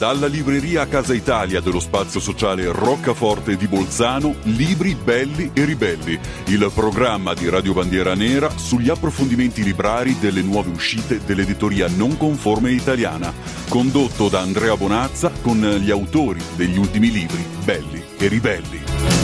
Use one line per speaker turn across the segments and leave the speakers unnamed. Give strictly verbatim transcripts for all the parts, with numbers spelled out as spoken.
Dalla libreria Casa Italia dello spazio sociale Roccaforte di Bolzano, Libri belli e ribelli, il programma di Radio Bandiera Nera sugli approfondimenti librari delle nuove uscite dell'editoria non conforme italiana, condotto da Andrea Bonazza con gli autori degli ultimi libri belli e ribelli.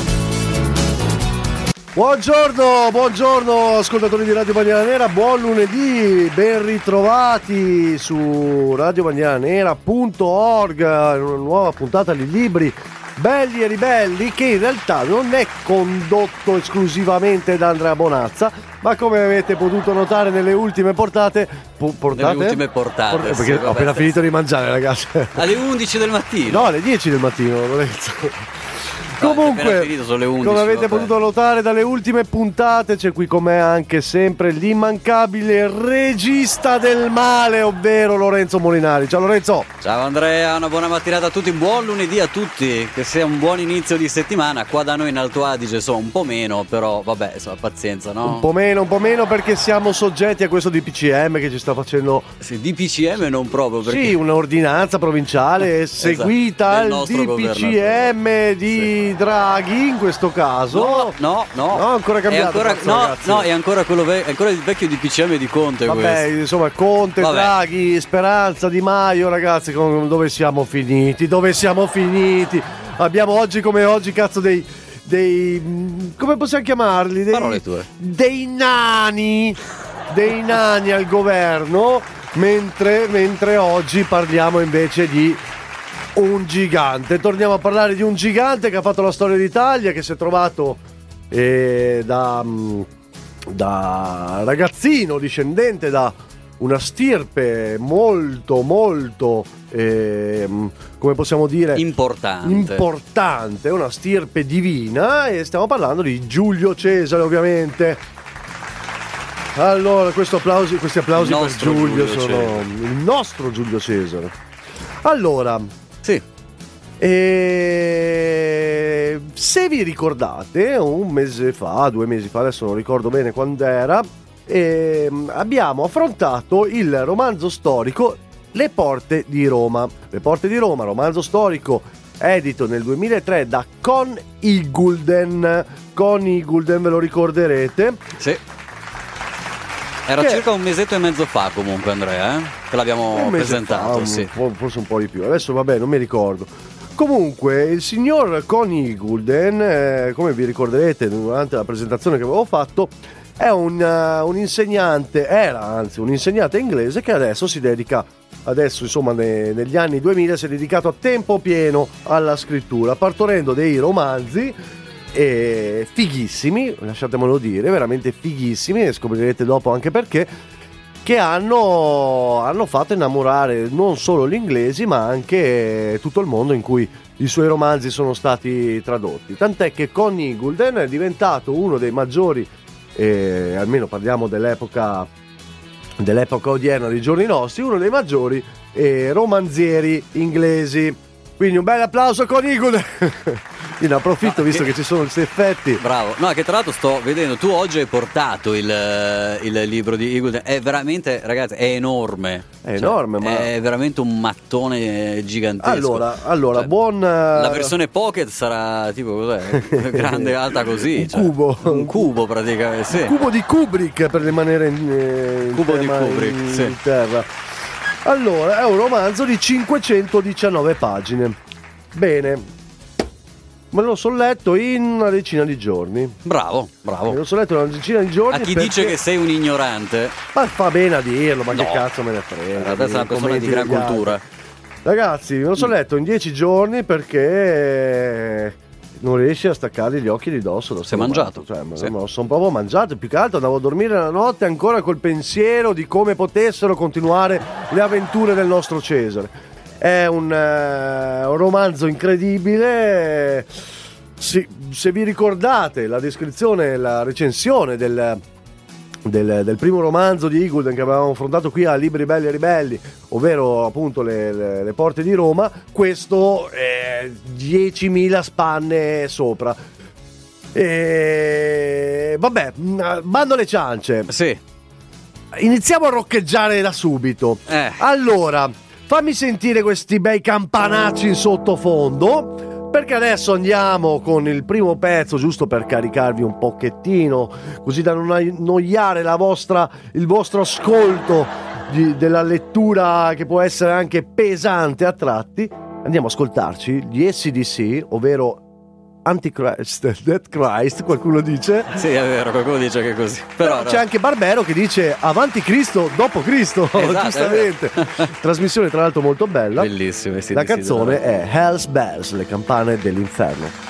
Buongiorno, buongiorno ascoltatori di Radio Bandiera Nera, buon lunedì, ben ritrovati su radio bandiera nera punto org, una nuova puntata di Libri belli e ribelli che in realtà non è condotto esclusivamente da Andrea Bonazza, ma come avete potuto notare nelle ultime portate, po- portate?
Nelle ultime portate,
Por-
sì,
perché
vabbè,
ho appena finito di mangiare, ragazzi.
Alle undici del mattino.
No, alle dieci del mattino, Lorenzo.
No,
Comunque,
finito, sono le undici,
come avete
vabbè.
potuto notare dalle ultime puntate, c'è qui con me anche sempre l'immancabile regista del male, ovvero Lorenzo Molinari. Ciao Lorenzo.
Ciao Andrea, una buona mattinata a tutti, buon lunedì a tutti, che sia un buon inizio di settimana. Qua da noi in Alto Adige so un po' meno, però vabbè, insomma, pazienza, no?
Un po' meno, un po' meno perché siamo soggetti a questo D P C M che ci sta facendo...
Sì, D P C M non proprio perché...
Sì, un'ordinanza provinciale
esatto,
seguita
del
al
nostro
D P C M di
sì.
Draghi in questo caso.
No, no, no.
No, ancora cambiato.
È ancora,
cazzo,
no,
ragazzi.
no, è ancora quello ve- è ancora il vecchio D P C M di Conte.
Vabbè,
questo.
insomma, Conte,
Vabbè.
Draghi, Speranza, Di Maio, ragazzi, con- dove siamo finiti? Dove siamo finiti? Abbiamo oggi come oggi, cazzo, dei... dei come possiamo chiamarli? Dei,
Parole tue.
Dei nani, dei nani al governo, mentre, mentre oggi parliamo invece di un gigante. Torniamo a parlare di un gigante che ha fatto la storia d'Italia, che si è trovato eh, da, da ragazzino discendente da una stirpe molto molto eh, come possiamo dire
Importante.
importante, una stirpe divina, e stiamo parlando di Giulio Cesare, ovviamente. Allora, questo applausi, questi applausi
Il
per
nostro
Giulio,
Giulio
sono
Cesare.
il nostro Giulio Cesare. Allora,
Sì.
e... se vi ricordate, un mese fa, due mesi fa, adesso non ricordo bene quando era, ehm, abbiamo affrontato il romanzo storico Le Porte di Roma. Le Porte di Roma, romanzo storico edito nel duemilatré da Con Igulden. Con Igulden, ve lo ricorderete?
Sì. Era
Che-
circa un mesetto e mezzo fa comunque, Andrea, eh? Che l'abbiamo
Un mese
presentato,
fa, un
sì.
po', forse un po' di più. Adesso vabbè, non mi ricordo. Comunque, il signor Connie Gulden, eh, come vi ricorderete durante la presentazione che avevo fatto, è un, uh, un insegnante, era anzi un insegnante inglese che adesso si dedica, adesso insomma ne- negli anni duemila si è dedicato a tempo pieno alla scrittura, partorendo dei romanzi eh, fighissimi, lasciatemelo dire, veramente fighissimi, e scoprirete dopo anche perché, che hanno, hanno fatto innamorare non solo gli inglesi ma anche tutto il mondo in cui i suoi romanzi sono stati tradotti, tant'è che Connie Gulden è diventato uno dei maggiori, eh, almeno parliamo dell'epoca dell'epoca odierna, dei giorni nostri, uno dei maggiori eh, romanzieri inglesi. Quindi un bel applauso a Connie Gulden. Io ne approfitto,
No,
visto
che-
che ci sono questi effetti.
Bravo. No, che tra l'altro sto vedendo, tu oggi hai portato il, il libro di Igulden, è veramente, ragazzi, è enorme.
È enorme, ma-
È veramente un mattone gigantesco.
Allora, allora
Cioè,
buon...
La versione pocket sarà tipo cos'è? Grande, alta così.
Un
cioè,
cubo.
Un cubo praticamente, sì.
cubo di Kubrick, per rimanere in, eh, in
Cubo di
tema
Kubrick,
in
sì.
Inghilterra. Allora, è un romanzo di cinquecentodiciannove pagine. Bene. Me lo sono letto in una decina di giorni.
Bravo,
Me
bravo.
lo sono letto in una decina di giorni.
A chi
perché-
dice che sei un ignorante,
Ma fa bene a dirlo, ma
No.
che cazzo me ne frega.
adesso sei una persona
Commenti
di gran
degli altri.
cultura.
Ragazzi, me lo sono letto in dieci giorni perché non riesci a staccargli gli occhi di dosso. da
Si è
sto
mangiato.
romanzo. Cioè, me-
Sì.
me lo sono proprio mangiato. Più che altro andavo a dormire la notte ancora col pensiero di come potessero continuare le avventure del nostro Cesare. È un, eh, un romanzo incredibile. Sì, se vi ricordate la descrizione, la recensione del, del, del primo romanzo di Igulden che avevamo affrontato qui a Libri Belli e Ribelli, ovvero appunto le, le, le Porte di Roma, questo è diecimila spanne sopra. E vabbè, bando alle ciance.
Sì.
Iniziamo a roccheggiare da subito.
Eh.
Allora, fammi sentire questi bei campanacci in sottofondo, perché adesso andiamo con il primo pezzo, giusto per caricarvi un pochettino, così da non annoiare la vostra, il vostro ascolto di, della lettura, che può essere anche pesante a tratti. Andiamo a ascoltarci gli A C D C, ovvero Antichrist, Dead Christ, qualcuno dice.
Sì, è vero, qualcuno dice che è così. Però,
Però c'è anche Barbero che dice avanti Cristo, dopo Cristo,
esatto,
giustamente. Trasmissione tra l'altro molto bella.
Bellissima. Sì,
La
sì,
canzone
sì,
è Hell's Bells, le campane dell'inferno.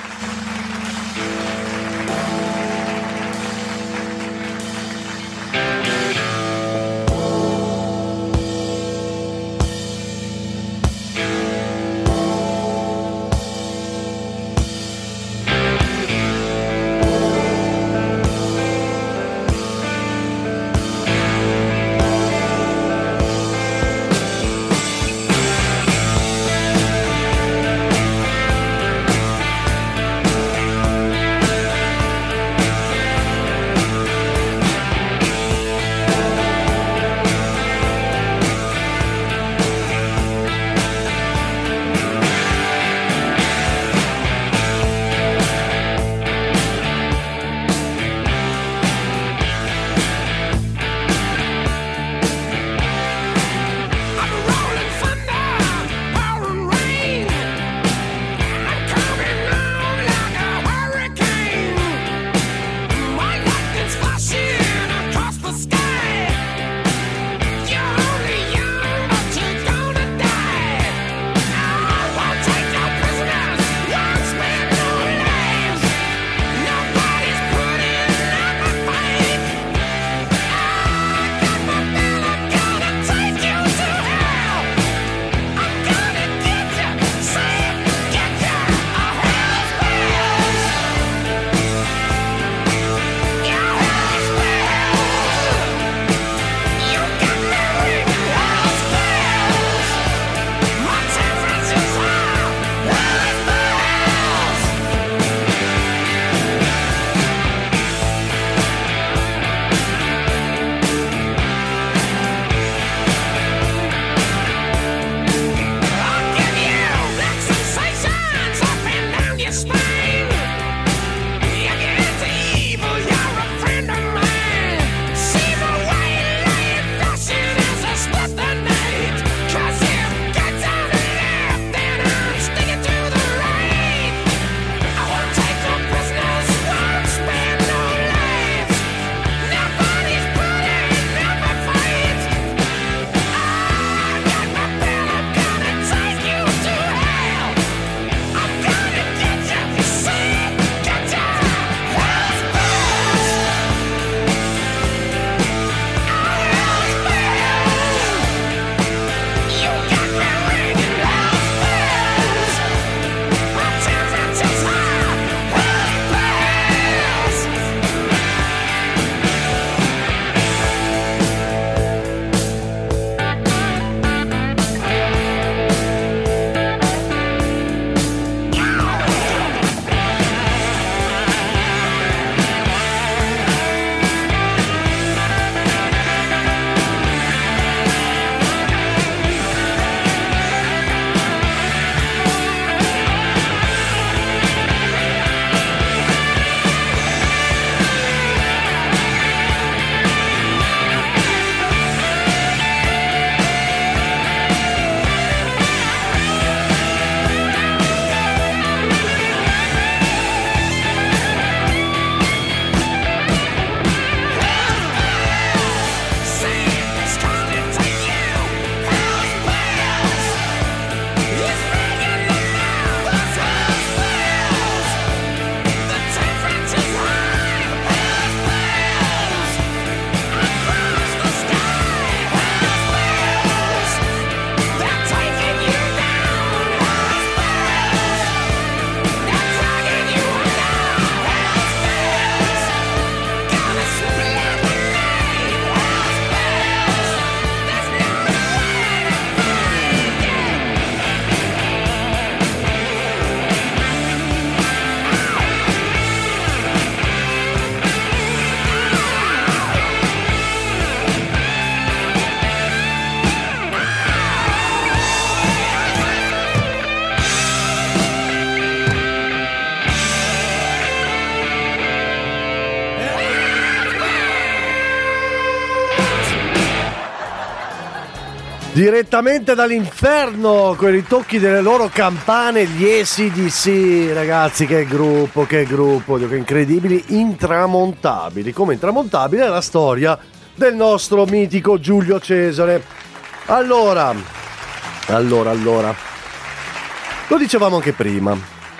Direttamente dall'inferno con i ritocchi delle loro campane, gli A C D C, ragazzi, che gruppo, che gruppo, che incredibili, intramontabili. Come intramontabile è la storia del nostro mitico Giulio Cesare. Allora, allora, allora, lo dicevamo anche prima.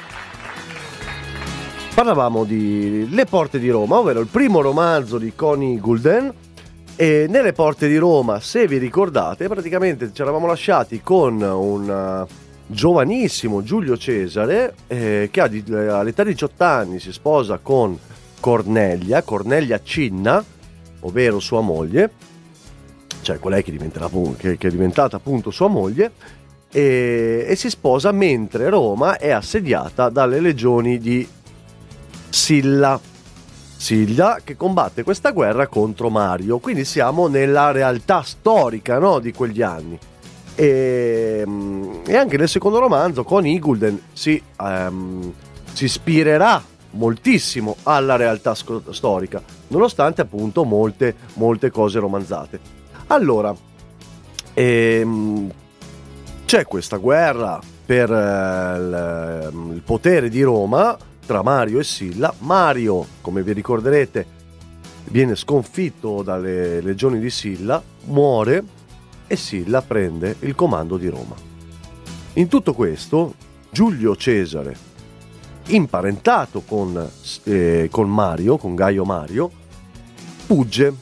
Parlavamo di Le porte di Roma, ovvero il primo romanzo di Connie Goulden. E nelle porte di Roma, se vi ricordate, praticamente ci eravamo lasciati con un uh, giovanissimo Giulio Cesare eh, che ha di, eh, all'età di diciotto anni si sposa con Cornelia, Cornelia Cinna, ovvero sua moglie, cioè colei che, diventerà, che, che è diventata appunto sua moglie, e, e si sposa mentre Roma è assediata dalle legioni di Silla. Silla che combatte questa guerra contro Mario, quindi siamo nella realtà storica, no, di quegli anni. E, e anche nel secondo romanzo Connie Goulden si, um, si ispirerà moltissimo alla realtà sc- storica, nonostante appunto molte, molte cose romanzate. Allora, ehm, c'è questa guerra per eh, il, il potere di Roma tra Mario e Silla. Mario, come vi ricorderete, viene sconfitto dalle legioni di Silla, muore e Silla prende il comando di Roma. In tutto questo, Giulio Cesare, imparentato con, eh, con Mario, con Gaio Mario, fugge,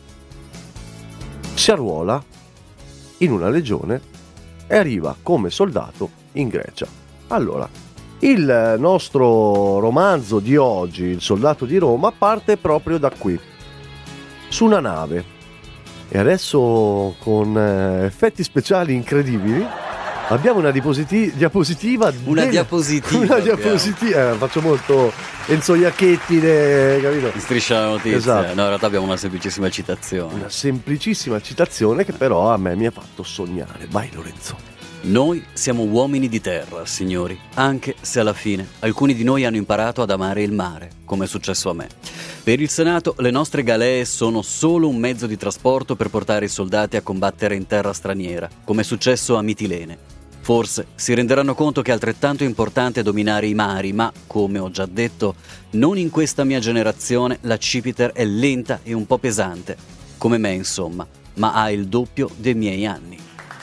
si arruola in una legione e arriva come soldato in Grecia. Allora, il nostro romanzo di oggi, Il soldato di Roma, parte proprio da qui, su una nave. E adesso, con eh, effetti speciali incredibili, abbiamo una diapositi- diapositiva.
Una
del...
diapositiva.
Una diapositiva. Eh, faccio molto Enzo Iacchetti, de... capito?
In Striscia la notizia.
Esatto.
No, in realtà abbiamo una semplicissima citazione.
Una semplicissima citazione che però a me mi ha fatto sognare. Vai, Lorenzo.
Noi siamo uomini di terra, signori, anche se alla fine alcuni di noi hanno imparato ad amare il mare, come è successo a me. Per il Senato le nostre galee sono solo un mezzo di trasporto per portare i soldati a combattere in terra straniera, come è successo a Mitilene. Forse si renderanno conto che è altrettanto importante dominare i mari, ma, come ho già detto, non in questa mia generazione la Cipiter è lenta e un po' pesante, come me insomma, ma ha il doppio dei miei anni.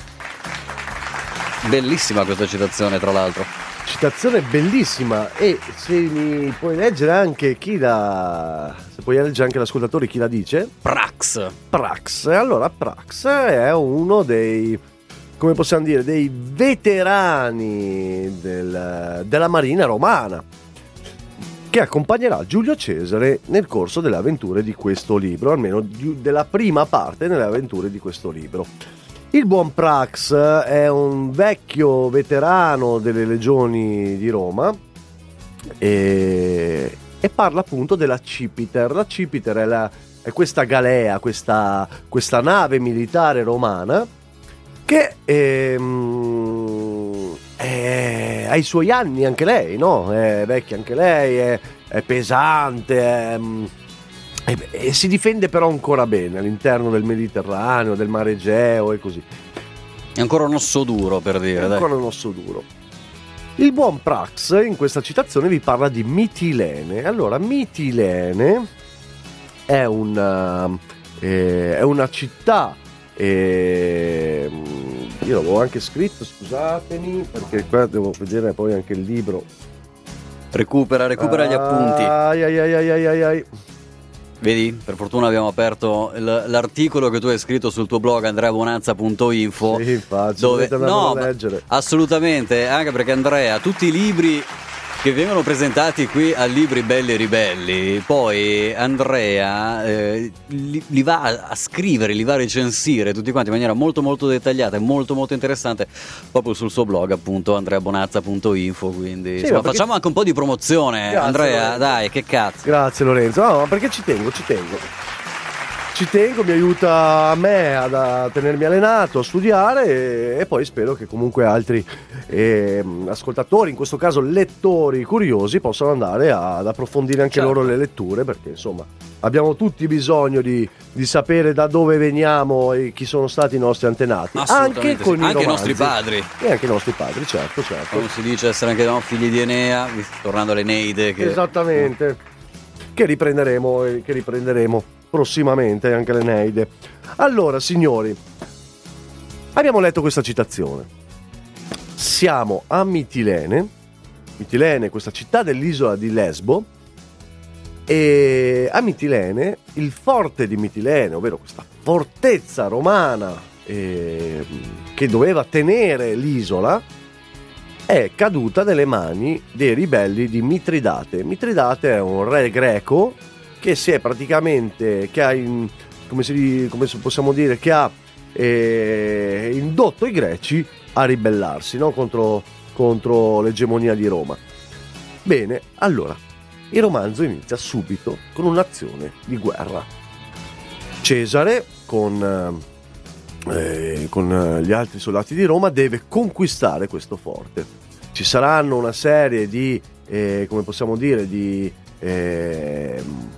Bellissima questa citazione, tra l'altro.
Citazione bellissima. E se mi puoi leggere anche chi la... se puoi leggere anche l'ascoltatore chi la dice?
Prax.
Prax. Allora, Prax è uno dei, come possiamo dire, dei veterani del, della marina romana, che accompagnerà Giulio Cesare nel corso delle avventure di questo libro, almeno di, della prima parte nelle avventure di questo libro. Il buon Prax è un vecchio veterano delle legioni di Roma e, e parla appunto della Cipiter. La Cipiter è, la, è questa galea, questa, questa nave militare romana che ehm, è, ha i suoi anni anche lei, no? È vecchia anche lei, è, è pesante, è, E, e si difende però ancora bene all'interno del Mediterraneo, del Mare Egeo e così.
È ancora un osso duro, per dire.
È ancora
dai.
un osso duro. Il buon Prax in questa citazione vi parla di Mitilene. Allora, Mitilene è una, eh, è una città, eh, io l'avevo anche scritto, scusatemi, perché qua devo vedere poi anche il libro.
Recupera, recupera gli appunti.
Ai ai ai ai ai ai.
Vedi, per fortuna abbiamo aperto l- l'articolo che tu hai scritto sul tuo blog andrea bonanza punto info.
Sì, infatti,
dove no,
a leggere.
Assolutamente, anche perché Andrea, tutti i libri che vengono presentati qui a Libri Belli e Ribelli, poi Andrea eh, li, li va a, a scrivere, li va a recensire tutti quanti in maniera molto molto dettagliata e molto molto interessante proprio sul suo blog, appunto andrea bonazza punto info, quindi
sì,
insomma,
perché...
facciamo anche un po' di promozione. Grazie, Andrea,
Lorenzo.
dai, che cazzo.
Grazie Lorenzo, no, perché ci tengo, ci tengo. ci tengo, mi aiuta a me ad, a tenermi allenato, a studiare e, e poi spero che comunque altri eh, ascoltatori, in questo caso lettori curiosi, possano andare a, ad approfondire anche certo. loro le letture, perché insomma abbiamo tutti bisogno di, di sapere da dove veniamo e chi sono stati i nostri antenati, anche con
sì.
i
anche i
romanzi.
nostri padri
e anche i nostri padri, certo, certo.
Come si dice essere anche no, figli di Enea, tornando all'Eneide che...
esattamente, che riprenderemo che riprenderemo prossimamente anche l'Eneide. Allora signori, abbiamo letto questa citazione, siamo a Mitilene Mitilene, questa città dell'isola di Lesbo, e a Mitilene il forte di Mitilene, ovvero questa fortezza romana eh, che doveva tenere l'isola, è caduta nelle mani dei ribelli di Mitridate. Mitridate è un re greco che si è praticamente che ha in, come, si, come possiamo dire che ha eh, indotto i greci a ribellarsi, no? contro, contro l'egemonia di Roma. Bene, allora il romanzo inizia subito con un'azione di guerra. Cesare con, eh, con gli altri soldati di Roma deve conquistare questo forte. Ci saranno una serie di eh, come possiamo dire di eh,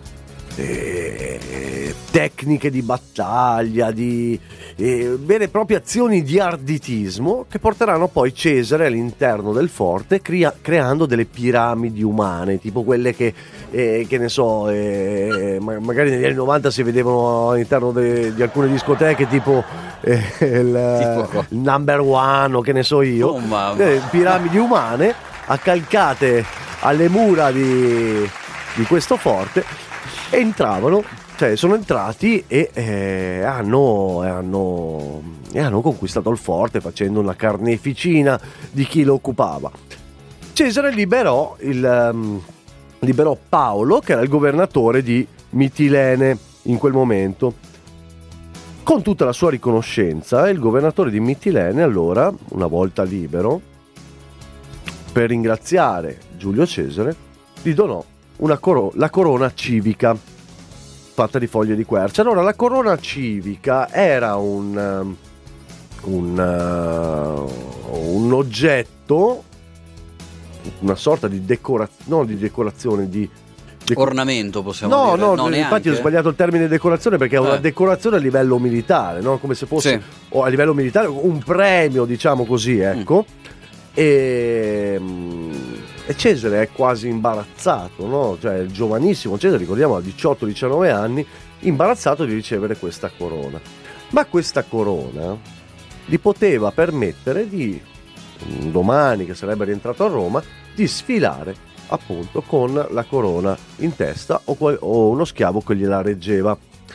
eh, tecniche di battaglia, di eh, vere e proprie azioni di arditismo che porteranno poi Cesare all'interno del forte crea- creando delle piramidi umane, tipo quelle che eh, che ne so eh, ma- magari negli anni novanta si vedevano all'interno de- di alcune discoteche, tipo, eh, il,
tipo
il number one o che ne so io,
oh, mamma.
Eh, piramidi umane accalcate alle mura di, di questo forte. Entravano, cioè sono entrati e eh, hanno, hanno, e hanno conquistato il forte facendo una carneficina di chi lo occupava. Cesare liberò, il, um, liberò Paolo, che era il governatore di Mitilene in quel momento. Con tutta la sua riconoscenza, il governatore di Mitilene, allora, una volta libero, per ringraziare Giulio Cesare, gli donò una coro- la corona civica fatta di foglie di quercia. Allora, la corona civica era un um, un, uh, un oggetto, una sorta di decorazione, non di decorazione, di deco-
ornamento possiamo
no,
dire.
No,
no,
infatti
neanche.
ho sbagliato il termine decorazione, perché è una
eh. decorazione
a livello militare, no? Come se fosse
sì.
o a livello militare un premio, diciamo così, ecco. Mm. E, e Cesare è quasi imbarazzato, no? Cioè è giovanissimo Cesare, ricordiamo, ha diciotto diciannove anni, imbarazzato di ricevere questa corona. Ma questa corona gli poteva permettere di, domani che sarebbe rientrato a Roma, di sfilare appunto con la corona in testa o, qual- o uno schiavo che gliela reggeva.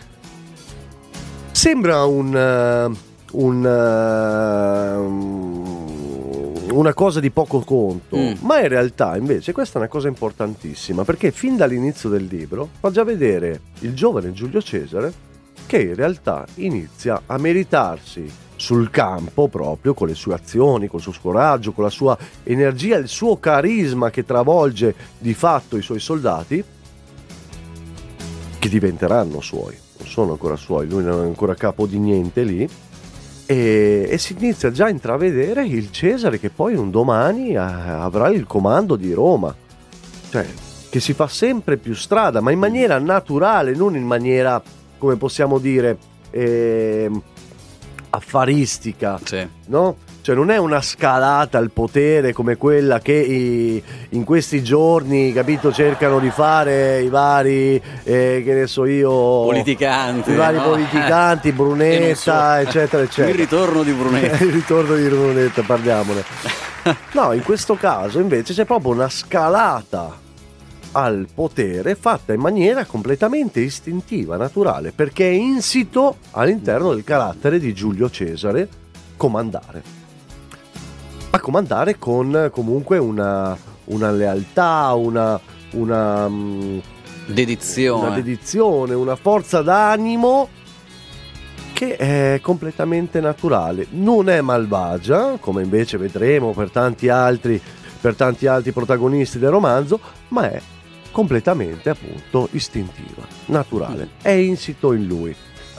Sembra un, uh, un uh, una cosa di poco conto, mm. ma in realtà invece questa è una cosa importantissima, perché fin dall'inizio del libro fa già vedere il giovane Giulio Cesare che in realtà inizia a meritarsi sul campo, proprio con le sue azioni, col suo coraggio, con la sua energia, il suo carisma che travolge di fatto i suoi soldati, che diventeranno suoi, non sono ancora suoi, lui non è ancora capo di niente lì. E, e si inizia già a intravedere il Cesare che poi un domani a, avrà il comando di Roma, cioè che si fa sempre più strada, ma in maniera naturale, non in maniera, come possiamo dire, eh, affaristica,
sì.
no? Cioè non è una scalata al potere come quella che i, in questi giorni, capito, cercano di fare i vari, eh, che ne so io,
politicanti,
i vari
no?
politicanti, Brunetta, so. eccetera, eccetera.
Il ritorno di Brunetta.
Il ritorno di Brunetta, parliamone. No, in questo caso invece c'è proprio una scalata al potere fatta in maniera completamente istintiva, naturale, perché è insito all'interno del carattere di Giulio Cesare comandare. A comandare con comunque una, una lealtà, una, una
dedizione.
una dedizione, una forza d'animo che è completamente naturale. Non è malvagia, come invece vedremo per tanti altri, per tanti altri protagonisti del romanzo, ma è completamente appunto istintiva, naturale, è insito in lui.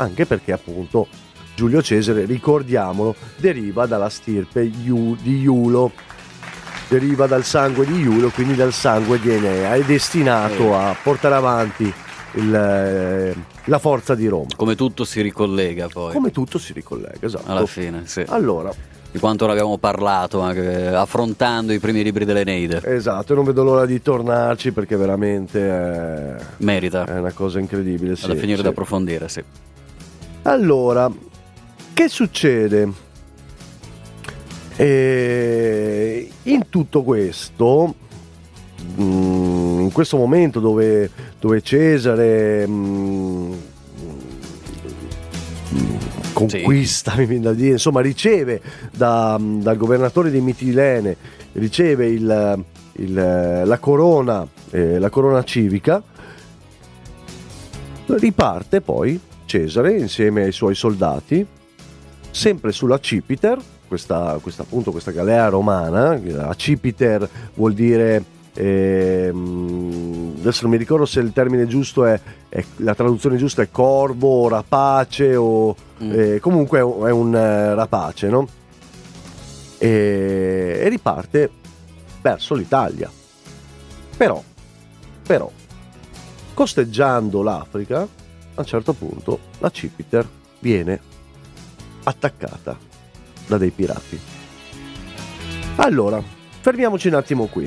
anche perché appunto Giulio Cesare, ricordiamolo, deriva dalla stirpe Iu, di Iulo, deriva dal sangue di Iulo, quindi dal sangue di Enea, è destinato a portare avanti il, eh, la forza di Roma.
Come tutto si ricollega poi.
Come tutto si ricollega, esatto.
Alla fine, sì.
Allora,
di quanto ne abbiamo parlato anche affrontando i primi libri dell'Eneide.
Esatto, non vedo l'ora di tornarci perché veramente è,
merita.
È una cosa incredibile. Sì,
da finire
sì.
da approfondire, sì.
Allora, che succede? E in tutto questo, in questo momento dove, dove Cesare mh, conquista, sì. mi viene da dire, insomma riceve da, dal governatore di Mitilene, riceve il, il, la corona, eh, la corona civica, riparte poi Cesare insieme ai suoi soldati sempre sulla Cipiter, questa, questa appunto questa galea romana. La Cipiter vuol dire ehm, adesso non mi ricordo se il termine giusto è, è la traduzione giusta è corvo o rapace o mm. eh, comunque è un, è un eh, rapace, no? E, e riparte verso l'Italia. Però però costeggiando l'Africa, a un certo punto la Cipiter viene attaccata da dei pirati. Allora, fermiamoci un attimo qui.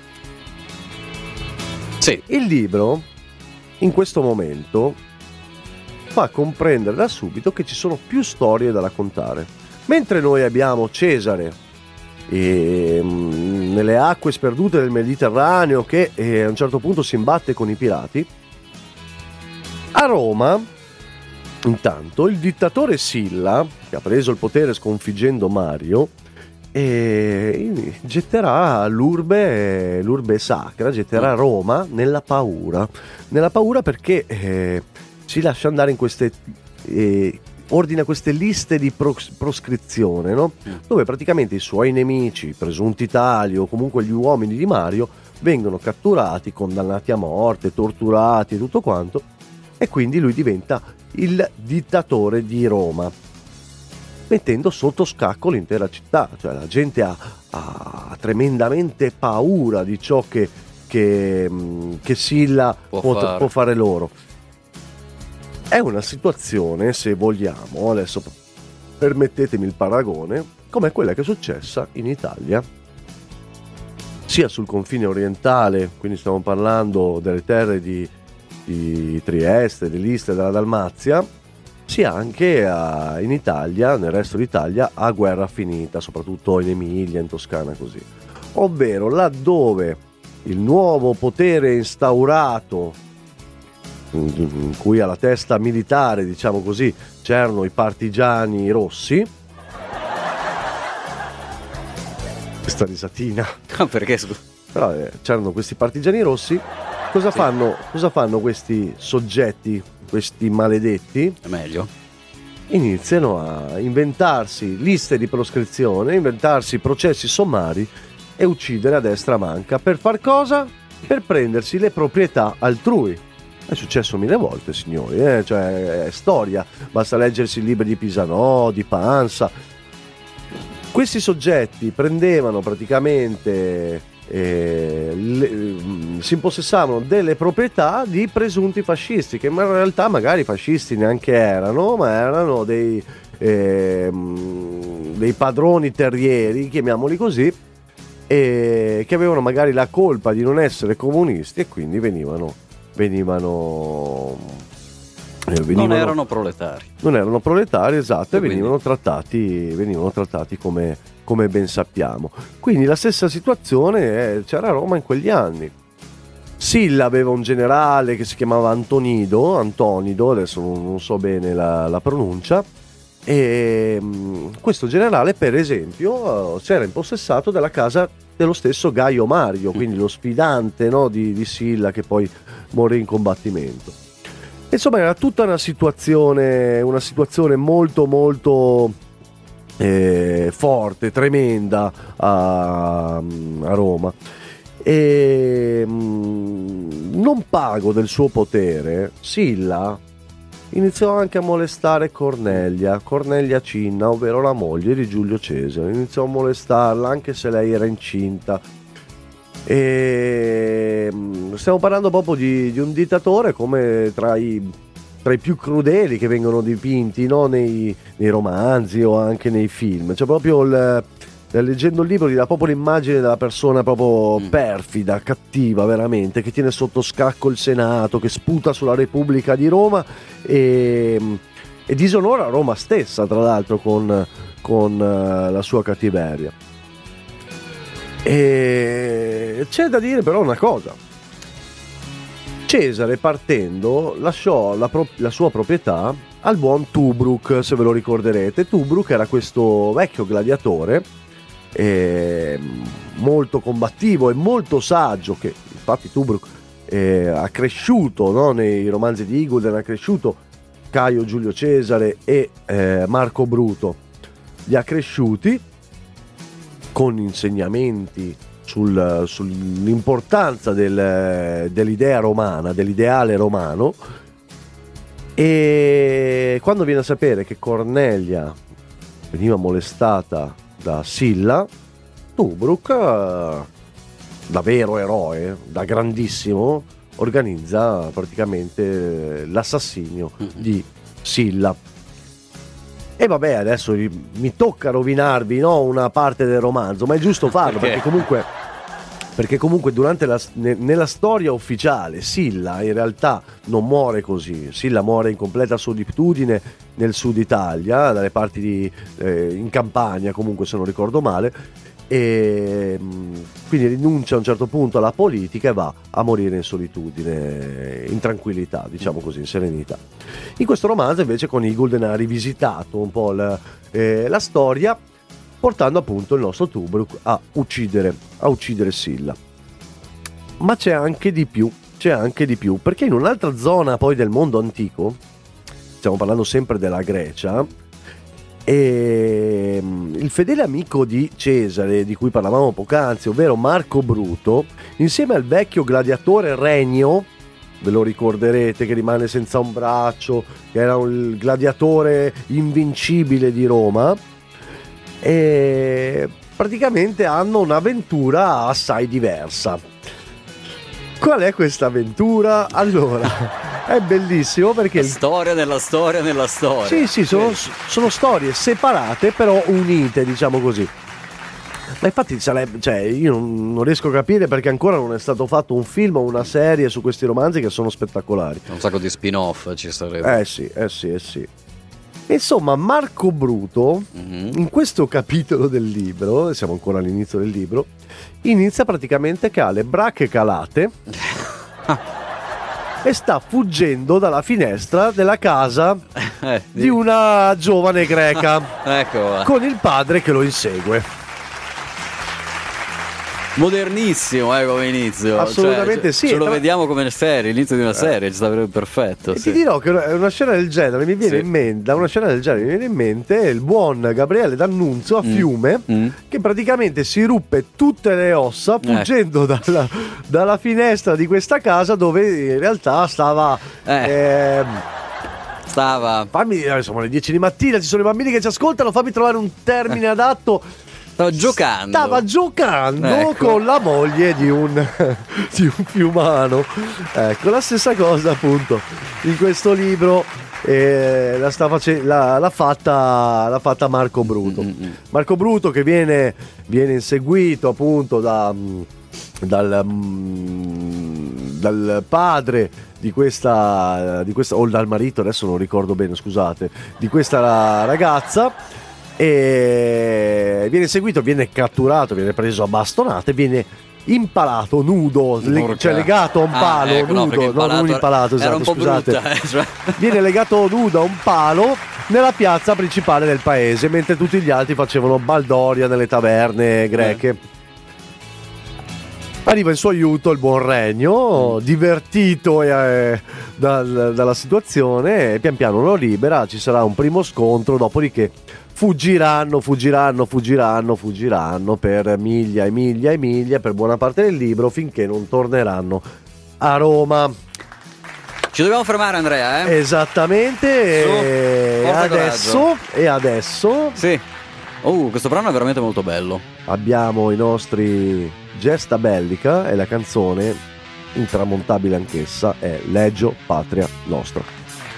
Sì.
Il libro, in questo momento, fa comprendere da subito che ci sono più storie da raccontare. Mentre noi abbiamo Cesare e, mh, nelle acque sperdute del Mediterraneo che eh, a un certo punto si imbatte con i pirati, a Roma intanto il dittatore Silla, che ha preso il potere sconfiggendo Mario, e getterà l'urbe, l'urbe sacra, getterà Roma nella paura, nella paura perché eh, si lascia andare in queste, eh, ordina queste liste di pros- proscrizione, no? Dove praticamente i suoi nemici, presunti tali o comunque gli uomini di Mario, vengono catturati, condannati a morte, torturati e tutto quanto, e quindi lui diventa il dittatore di Roma, mettendo sotto scacco l'intera città. Cioè la gente ha, ha tremendamente paura di ciò che, che, che Silla
può,
può,
fare.
può fare loro. È una situazione, se vogliamo, adesso permettetemi il paragone, come quella che è successa in Italia, sia sul confine orientale, quindi stiamo parlando delle terre di di Trieste, dell'Istria, della Dalmazia, sia anche a, in Italia, nel resto d'Italia, a guerra finita, soprattutto in Emilia, in Toscana, così. Ovvero laddove il nuovo potere instaurato, in cui alla testa militare, diciamo così, c'erano i partigiani rossi. Questa risatina.
Perché?
Però eh, c'erano questi partigiani rossi. Cosa sì. fanno? Cosa fanno questi soggetti, questi maledetti?
È meglio.
Iniziano a inventarsi liste di proscrizione, inventarsi processi sommari e uccidere a destra manca. Per far cosa? Per prendersi le proprietà altrui. È successo mille volte, signori, eh? Cioè è storia. Basta leggersi i libri di Pisanò, di Pansa. Questi soggetti prendevano praticamente... E le, si impossessavano delle proprietà di presunti fascisti, che in realtà magari fascisti neanche erano, ma erano dei, eh, dei padroni terrieri, chiamiamoli così, e che avevano magari la colpa di non essere comunisti e quindi venivano venivano, eh, venivano
non erano proletari
non erano proletari esatto, e, e
quindi...
venivano trattati venivano trattati come come ben sappiamo. Quindi la stessa situazione eh, c'era a Roma in quegli anni. Silla aveva un generale che si chiamava Antonido, Antonido, adesso non, non so bene la, la pronuncia, e mh, questo generale per esempio uh, si era impossessato della casa dello stesso Gaio Mario, quindi lo sfidante, no, di, di Silla, che poi morì in combattimento. Insomma era tutta una situazione, una situazione molto molto... Eh, forte, tremenda a, a Roma, e mh, non pago del suo potere Silla iniziò anche a molestare Cornelia, Cornelia Cinna, ovvero la moglie di Giulio Cesare. Iniziò a molestarla anche se lei era incinta. E stiamo parlando proprio di, di un dittatore come tra i, tra i più crudeli che vengono dipinti, no? nei, nei romanzi o anche nei film. Cioè proprio il, leggendo il libro ti dà proprio l'immagine della persona proprio mm. perfida, cattiva veramente, che tiene sotto scacco il Senato, che sputa sulla Repubblica di Roma e, e disonora Roma stessa, tra l'altro, con, con la sua cattiveria. E c'è da dire però una cosa: Cesare, partendo, lasciò la, pro- la sua proprietà al buon Tubruk, se ve lo ricorderete. Tubruk era questo vecchio gladiatore eh, molto combattivo e molto saggio, che infatti Tubruk eh, ha cresciuto, no? Nei romanzi di Igulden ha cresciuto Caio Giulio Cesare e eh, Marco Bruto, li ha cresciuti con insegnamenti sul, sull'importanza del, dell'idea romana, dell'ideale romano. E quando viene a sapere che Cornelia veniva molestata da Silla, Tubruk, da vero eroe, da grandissimo, organizza praticamente l'assassinio mm-hmm. di Silla. E vabbè, adesso mi tocca rovinarvi, no, una parte del romanzo, ma è giusto farlo perché, perché comunque perché comunque durante la, ne, nella storia ufficiale Silla in realtà non muore così. Silla muore in completa solitudine nel sud Italia, dalle parti di eh, in Campania comunque, se non ricordo male, e quindi rinuncia a un certo punto alla politica e va a morire in solitudine, in tranquillità, diciamo così, in serenità. In questo romanzo invece con Igulden ha rivisitato un po' la, eh, la storia, portando appunto il nostro Tubruk a uccidere, a uccidere Silla. Ma c'è anche di più, c'è anche di più, perché in un'altra zona poi del mondo antico, stiamo parlando sempre della Grecia, e il fedele amico di Cesare di cui parlavamo poc'anzi, ovvero Marco Bruto, insieme al vecchio gladiatore Regno, ve lo ricorderete, che rimane senza un braccio, che era il gladiatore invincibile di Roma, e praticamente hanno un'avventura assai diversa. Qual è questa avventura? Allora, è bellissimo perché...
La storia nella storia nella storia.
Sì, sì, sono, sono storie separate però unite, diciamo così. Ma infatti sarebbe, cioè, io non, non riesco a capire perché ancora non è stato fatto un film o una serie su questi romanzi che sono spettacolari.
Un sacco di spin-off ci sarebbe.
Eh sì, eh sì, eh sì. Insomma, Marco Bruto, mm-hmm. in questo capitolo del libro, siamo ancora all'inizio del libro, inizia praticamente che ha le bracche calate e sta fuggendo dalla finestra della casa eh, di una giovane greca
ecco.
Con il padre che lo insegue.
Modernissimo eh, come inizio.
Assolutamente, cioè,
sì.
Ce
lo vediamo come serie, l'inizio di una serie, ci sta perfetto.
E
sì.
Ti dirò che una scena del genere mi viene sì. in mente, da una scena del genere mi viene in mente il buon Gabriele D'Annunzio a mm. Fiume, mm. che praticamente si ruppe tutte le ossa fuggendo eh. dalla, dalla finestra di questa casa dove in realtà stava...
Eh.
Eh,
stava...
Fammi, sono le dieci di mattina, ci sono i bambini che ci ascoltano, fammi trovare un termine adatto.
Stava giocando.
Stava giocando
ecco.
con la moglie di un, di un fiumano. Ecco, la stessa cosa appunto in questo libro eh, la sta face- la, l'ha, fatta, l'ha fatta Marco Bruto. Mm-hmm. Marco Bruto che viene, viene inseguito appunto da, dal, dal padre di questa, di questa, o dal marito, adesso non ricordo bene, scusate, di questa ragazza. E viene seguito, viene catturato, viene preso a bastonate, viene impalato nudo, le, cioè legato a un palo ah, ecco, nudo, no, no, non impalato, esatto,
era un po'
scusate.
Brutta, eh, cioè.
Viene legato nudo a un palo nella piazza principale del paese, mentre tutti gli altri facevano baldoria nelle taverne greche. Eh. Arriva in suo aiuto il buon Regno, mm. divertito eh, dal, dalla situazione, e pian piano lo libera, ci sarà un primo scontro, dopodiché fuggiranno, fuggiranno, fuggiranno, fuggiranno per miglia e miglia e miglia per buona parte del libro finché non torneranno a Roma.
Ci dobbiamo fermare, Andrea, eh?
Esattamente.
Su,
e
forza
adesso,
coraggio.
e adesso
Sì. Uh, questo brano è veramente molto bello.
abbiamo i nostri Gesta Bellica e la canzone intramontabile anch'essa è Legio Patria Nostra.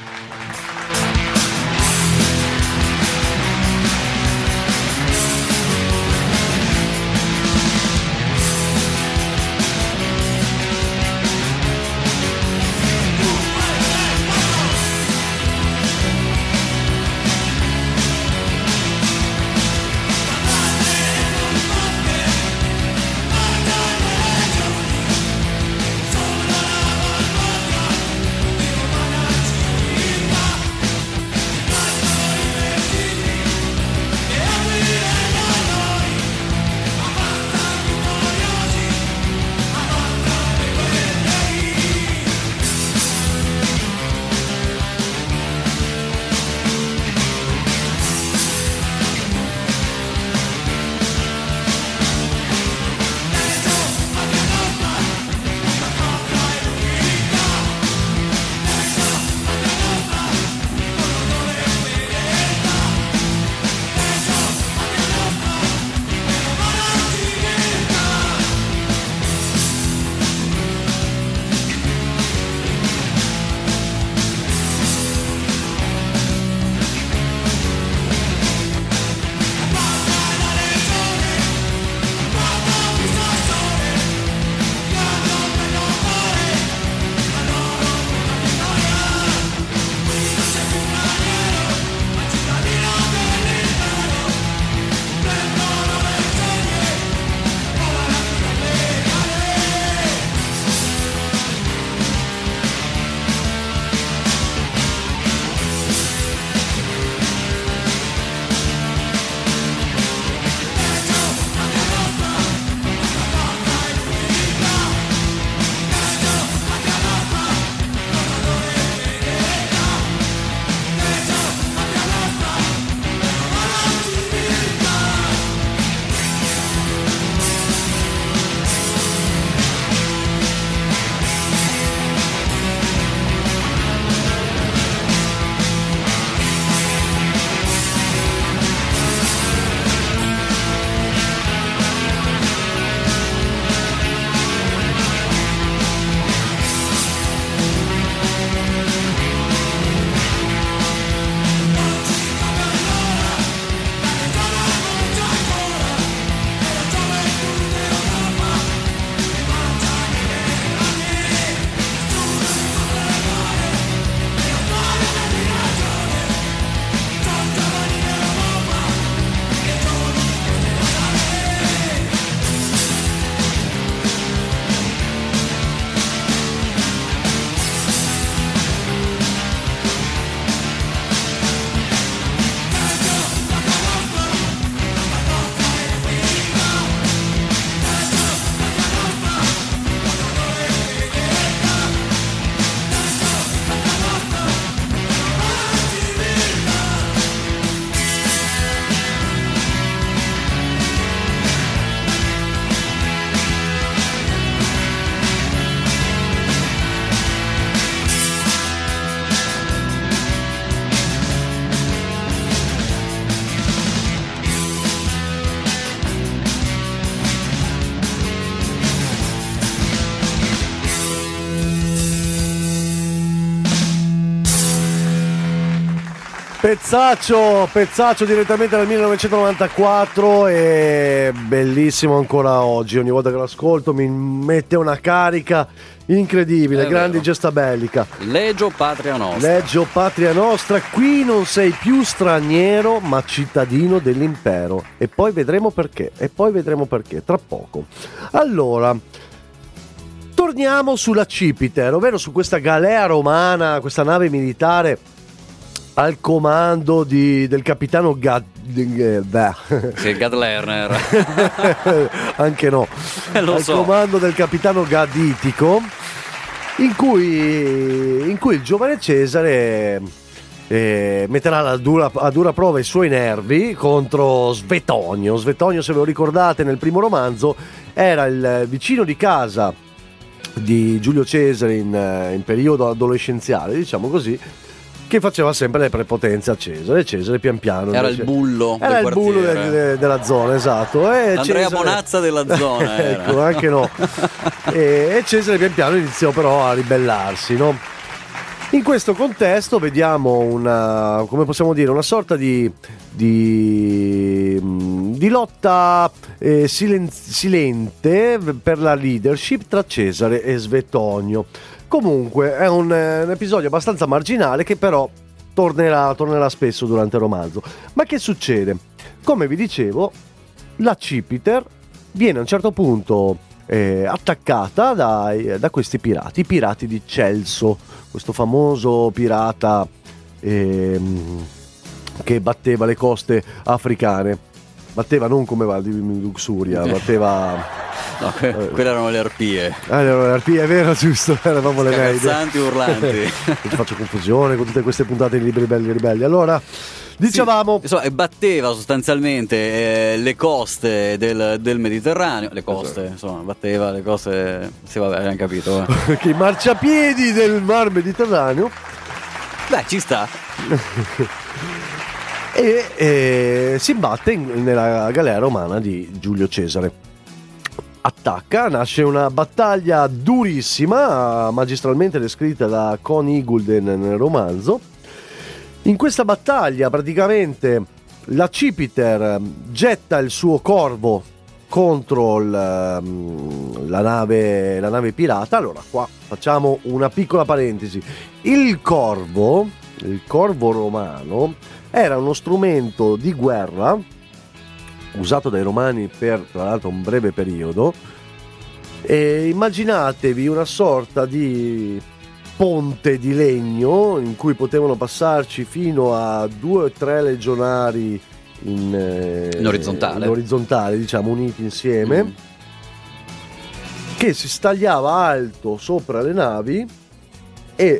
Pezzaccio, pezzaccio direttamente dal millenovecentonovantaquattro e bellissimo ancora oggi. Ogni volta che l'ascolto mi mette una carica incredibile.
È
grandi
vero.
Gesta Bellica.
Legio Patria Nostra.
Legio Patria Nostra, qui non sei più straniero ma cittadino dell'impero. E poi vedremo perché, e poi vedremo perché, tra poco. Allora, torniamo sulla Cipiter, ovvero su questa galea romana, questa nave militare al comando di, del capitano Gad... Eh, beh.
Sì, Gad Lerner.
Anche no.
Lo
al
so.
comando del capitano Gaditico, in cui, in cui il giovane Cesare eh, metterà a dura, a dura prova i suoi nervi contro Svetonio. Svetonio, se ve lo ricordate, nel primo romanzo era il vicino di casa di Giulio Cesare in, in periodo adolescenziale, diciamo così, che faceva sempre le prepotenze a Cesare. Cesare pian piano
era
invece,
il bullo
era
del
il bullo de, de, della zona, esatto. E
Andrea
Cesare...
Bonazza della zona era.
Ecco, anche no. e, e Cesare pian piano iniziò però a ribellarsi, no? In questo contesto vediamo una, come possiamo dire, una sorta di, di, di lotta eh, silen- silente per la leadership tra Cesare e Svetonio. Comunque è un, un episodio abbastanza marginale che però tornerà, tornerà spesso durante il romanzo. Ma che succede? Come vi dicevo, la Cipiter viene a un certo punto eh, attaccata dai, da questi pirati, i pirati di Celso, questo famoso pirata eh, che batteva le coste africane. Batteva non come va di Luxuria, batteva...
No, que- eh. quelle erano le arpie.
Ah, erano le arpie, è vero, giusto? Eravamo le medie.
Scazzanti, urlanti.
Faccio confusione con tutte queste puntate di Libri Belli e Ribelli. Allora, dicevamo...
Sì, insomma, batteva sostanzialmente eh, le coste del, del Mediterraneo. Le coste, esatto. Insomma, batteva le coste... Sì, vabbè, abbiamo capito. Eh.
Che i marciapiedi del mar Mediterraneo.
Beh, ci sta.
e e si imbatte in, nella galera romana di Giulio Cesare. Attacca, nasce una battaglia durissima, magistralmente descritta da Con Igulden nel romanzo. In questa battaglia praticamente la Cipiter getta il suo corvo contro il, la, nave, la nave pirata. Allora qua facciamo una piccola parentesi. Il corvo, il corvo romano, era uno strumento di guerra usato dai romani per, tra l'altro, un breve periodo. E immaginatevi una sorta di ponte di legno in cui potevano passarci fino a due o tre legionari in, eh,
in orizzontale,
in orizzontale diciamo, uniti insieme, mm. che si stagliava alto sopra le navi e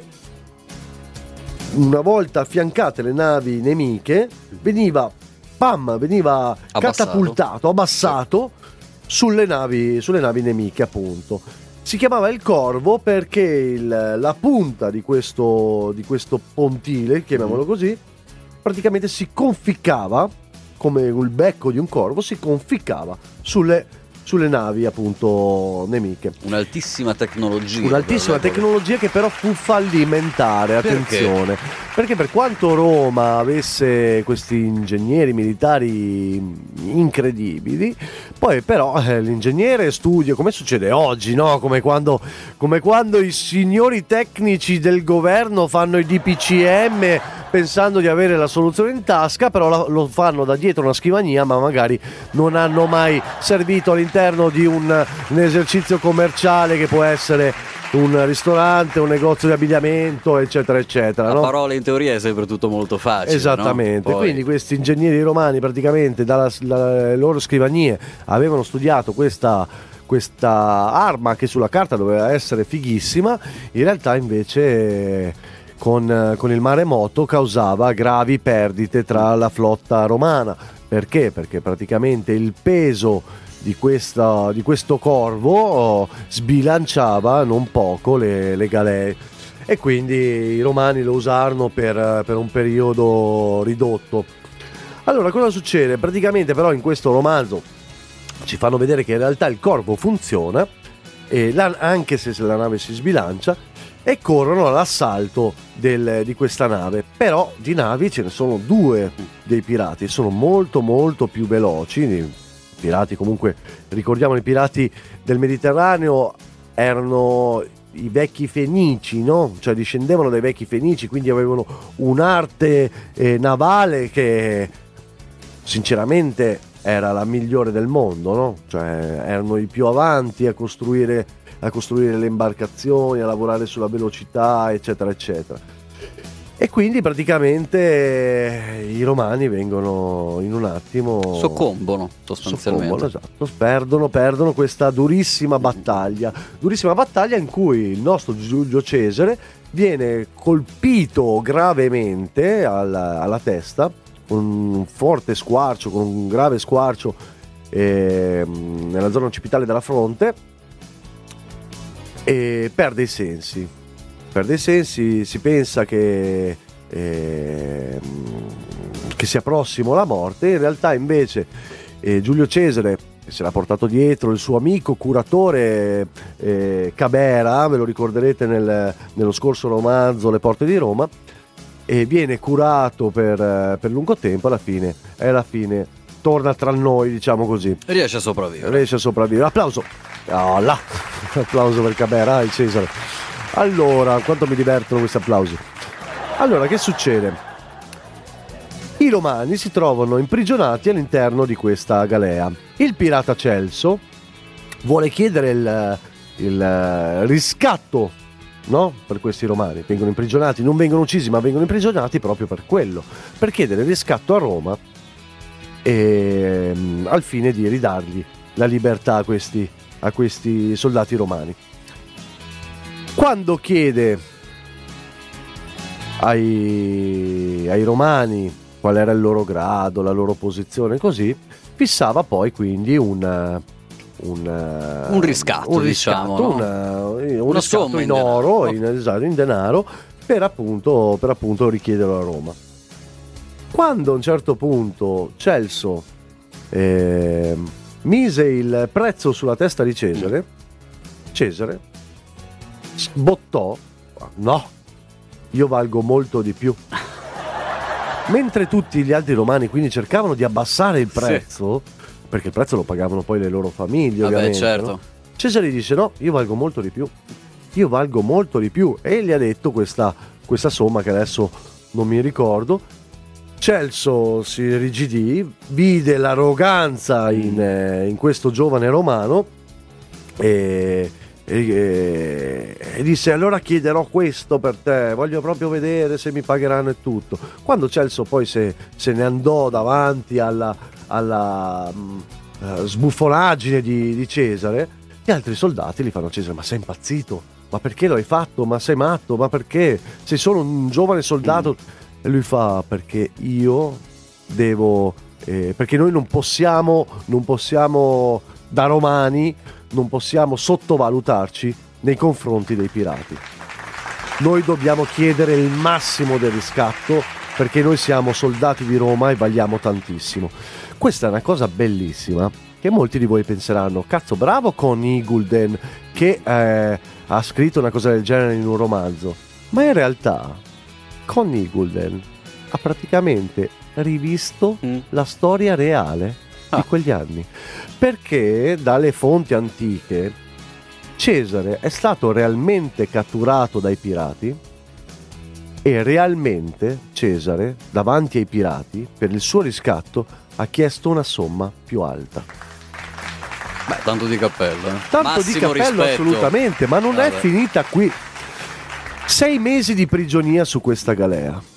una volta affiancate le navi nemiche veniva Pam, veniva
abbassato.
catapultato, abbassato sì. sulle navi, sulle navi nemiche, appunto. Si chiamava il corvo perché il, la punta di questo, di questo pontile, chiamiamolo mm. così, praticamente si conficcava, come il becco di un corvo, si conficcava sulle, sulle navi, appunto, nemiche.
Un'altissima tecnologia.
Un'altissima tecnologia che però fu fallimentare, attenzione.
Perché?
Perché per quanto Roma avesse questi ingegneri militari incredibili, poi però eh, l'ingegnere studia, come succede oggi, no? Come quando, come quando i signori tecnici del governo fanno i D P C M pensando di avere la soluzione in tasca, però la, lo fanno da dietro una scrivania, ma magari non hanno mai servito all'interno di un, un esercizio commerciale che può essere un ristorante, un negozio di abbigliamento, eccetera eccetera,
a
no?
parole in teoria è sempre tutto molto facile,
esattamente,
no? Poi...
quindi questi ingegneri romani praticamente dalle loro scrivanie avevano studiato questa questa arma che sulla carta doveva essere fighissima, in realtà invece con, con il maremoto causava gravi perdite tra la flotta romana. Perché? Perché praticamente il peso di, questa, di questo corvo sbilanciava non poco le, le galee, e quindi i romani lo usarono per, per un periodo ridotto. Allora cosa succede? Praticamente però in questo romanzo ci fanno vedere che in realtà il corvo funziona, e la, anche se la nave si sbilancia, e corrono all'assalto del, di questa nave. Però di navi ce ne sono due dei pirati, sono molto molto più veloci. Pirati, comunque, ricordiamo, i pirati del Mediterraneo erano i vecchi fenici, no? Cioè discendevano dai vecchi fenici, quindi avevano un'arte eh, navale che sinceramente era la migliore del mondo, no? Cioè erano i più avanti a costruire, a costruire le imbarcazioni, a lavorare sulla velocità, eccetera eccetera. E quindi praticamente i romani vengono in un attimo,
soccombono sostanzialmente,
soccombono, esatto, perdono, perdono questa durissima battaglia, durissima battaglia in cui il nostro Giulio Cesare viene colpito gravemente alla, alla testa, con un forte squarcio, con un grave squarcio eh, nella zona occipitale della fronte. e perde i sensi. Perde i sensi, si pensa che, eh, che sia prossimo alla morte. In realtà invece eh, Giulio Cesare se l'ha portato dietro il suo amico curatore eh, Cabera, ve lo ricorderete nel, nello scorso romanzo Le porte di Roma, e viene curato per, per lungo tempo. Alla fine e alla fine torna tra noi, diciamo così,
riesce a sopravvivere
riesce a sopravvivere. Applauso, oh, là. Applauso per Cabera e Cesare. Allora, quanto mi divertono questi applausi. Allora, che succede? I romani si trovano imprigionati all'interno di questa galea. Il pirata Celso vuole chiedere il, il riscatto, no? Per questi romani. Vengono imprigionati, non vengono uccisi, ma vengono imprigionati proprio per quello, per chiedere il riscatto a Roma e, al fine di ridargli la libertà a questi, a questi soldati romani. Quando chiede ai, ai romani qual era il loro grado, la loro posizione, così fissava poi quindi un un,
un riscatto,
un riscatto,
diciamo, no?
una, un
una
riscatto
somma
in,
in
oro,
denaro.
in, esatto, in denaro, per appunto, per appunto richiederlo a Roma. Quando a un certo punto Celso eh, mise il prezzo sulla testa di Cesare, Cesare sbottò: no, io valgo molto di più. Mentre tutti gli altri romani quindi cercavano di abbassare il prezzo, sì, perché il prezzo lo pagavano poi le loro famiglie,
Vabbè,
ovviamente,
certo.
no? Cesare dice: no, io valgo molto di più, io valgo molto di più, e gli ha detto questa, questa somma che adesso non mi ricordo. Celso si rigidì, vide l'arroganza in, eh, in questo giovane romano e E, e disse: allora chiederò questo per te, voglio proprio vedere se mi pagheranno e tutto. Quando Celso poi se, se ne andò davanti alla, alla uh, sbuffonaggine di, di Cesare, gli altri soldati gli fanno: Cesare, ma sei impazzito? Ma perché lo hai fatto? Ma sei matto? Ma perché? Sei solo un giovane soldato. Mm. E lui fa: perché io devo eh, perché noi non possiamo non possiamo da romani non possiamo sottovalutarci nei confronti dei pirati. Noi dobbiamo chiedere il massimo del riscatto, perché noi siamo soldati di Roma e valiamo tantissimo. Questa è una cosa bellissima che molti di voi penseranno: cazzo, bravo Connie Gulden che eh, ha scritto una cosa del genere in un romanzo. Ma in realtà Connie Gulden ha praticamente rivisto mm. la storia reale di quegli anni, perché dalle fonti antiche Cesare è stato realmente catturato dai pirati e realmente Cesare davanti ai pirati per il suo riscatto ha chiesto una somma più alta.
Beh, tanto di cappello, eh.
Tanto
Massimo
di cappello,
rispetto.
assolutamente, ma non
Vabbè.
è finita qui. Sei mesi di prigionia su questa galea,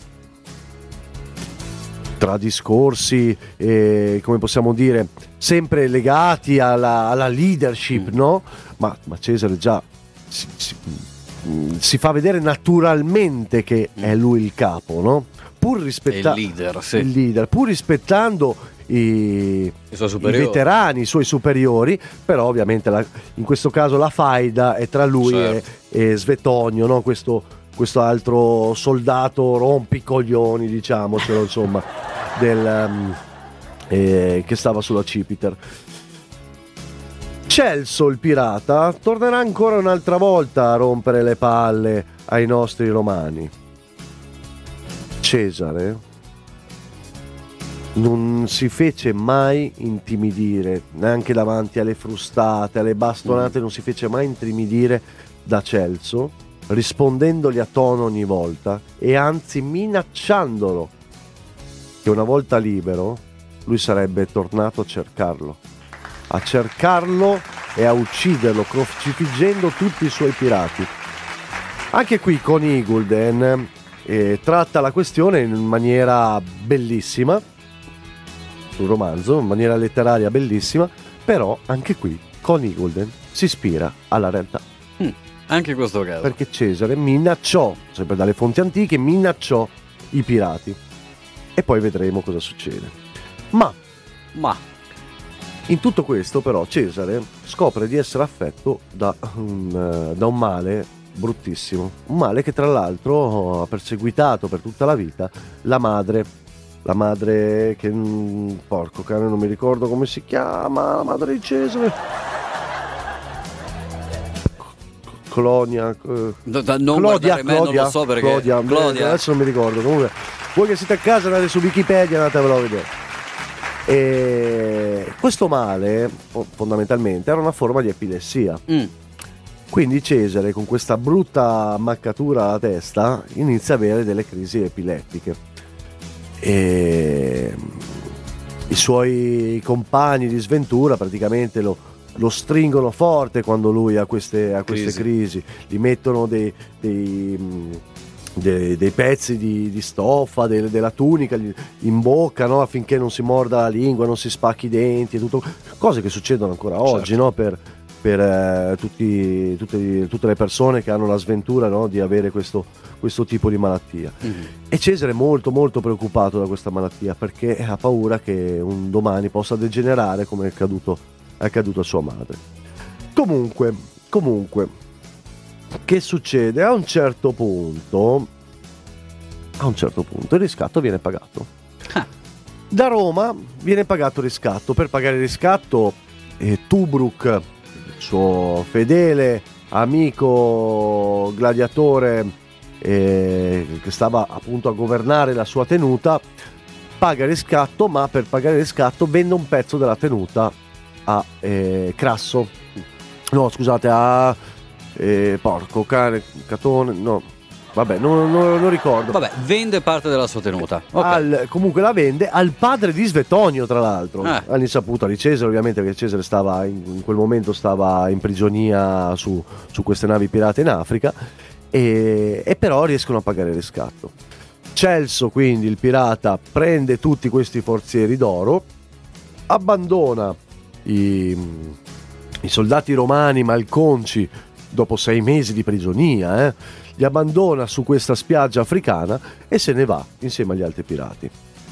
tra discorsi, eh, come possiamo dire, sempre legati alla, alla leadership, mm. no? Ma, ma Cesare già si, si, si fa vedere naturalmente che mm. è lui il capo, no? Pur rispettando
il leader, sì.
il leader, pur rispettando i,
I, suoi
i veterani, i suoi superiori, però ovviamente la, in questo caso la faida è tra lui certo. e, e Svetonio, no? Questo questo altro soldato rompicoglioni, diciamocelo, insomma, del, um, eh, che stava sulla Cipiter. Celso il pirata tornerà ancora un'altra volta a rompere le palle ai nostri romani. Cesare non si fece mai intimidire, neanche davanti alle frustate, alle bastonate, mm. non si fece mai intimidire da Celso, rispondendogli a tono ogni volta e anzi minacciandolo che una volta libero lui sarebbe tornato a cercarlo a cercarlo e a ucciderlo, crocifiggendo tutti i suoi pirati. Anche qui Connie Gulden eh, tratta la questione in maniera bellissima sul romanzo, in maniera letteraria bellissima, però anche qui Connie Gulden si ispira alla realtà.
Mm. Anche in questo caso.
Perché Cesare minacciò, sempre dalle fonti antiche, minacciò i pirati. E poi vedremo cosa succede. Ma,
Ma.
In tutto questo però Cesare scopre di essere affetto da un, da un male bruttissimo, un male che tra l'altro ha perseguitato per tutta la vita la madre, la madre che, porco cane, non mi ricordo come si chiama, la madre di Cesare, Clonia, eh,
No, da- non
Clodia,
guardare me, non
Clodia,
lo so perché
Clodia,
Clodia.
adesso non mi ricordo, comunque voi che siete a casa andate su Wikipedia, andatevelo a vedere. E questo male fo- fondamentalmente era una forma di epilessia.
Mm.
Quindi Cesare, con questa brutta ammaccatura alla testa, inizia a avere delle crisi epilettiche. E i suoi compagni di sventura praticamente lo, lo stringono forte quando lui ha queste, ha queste crisi.
Crisi.
Gli mettono dei, dei, mh, dei- dei pezzi di, di stoffa, del- della tunica gli- in bocca, no? Affinché non si morda la lingua, non si spacchi i denti e tutto. Cose che succedono ancora oggi,
Certo.
no? Per, per eh, tutti- tutte, tutte le persone che hanno la sventura, no? Di avere questo, questo tipo di malattia.
Mm.
E Cesare è molto molto preoccupato da questa malattia perché ha paura che un domani possa degenerare come è accaduto, è accaduto a sua madre. Comunque, comunque, che succede? A un certo punto, a un certo punto il riscatto viene pagato.
Ah.
Da Roma viene pagato il riscatto. Per pagare il riscatto, eh, Tubruk, il suo fedele amico gladiatore, eh, che stava appunto a governare la sua tenuta, paga il riscatto, ma per pagare il riscatto vende un pezzo della tenuta a eh, Crasso. No, scusate, a eh, porco cane, Catone, no, vabbè, non, non- non ricordo.
Vabbè, vende parte della sua tenuta. Ok.
Al- comunque la vende al padre di Svetonio, tra l'altro,
Ah.
all'insaputa di Cesare, ovviamente, che Cesare stava in, in quel momento stava in prigionia su, su queste navi pirate in Africa, e, e però riescono a pagare il riscatto. Celso, quindi il pirata, prende tutti questi forzieri d'oro, abbandona i, i soldati romani malconci dopo sei mesi di prigionia, eh, li abbandona su questa spiaggia africana e se ne va insieme agli altri pirati.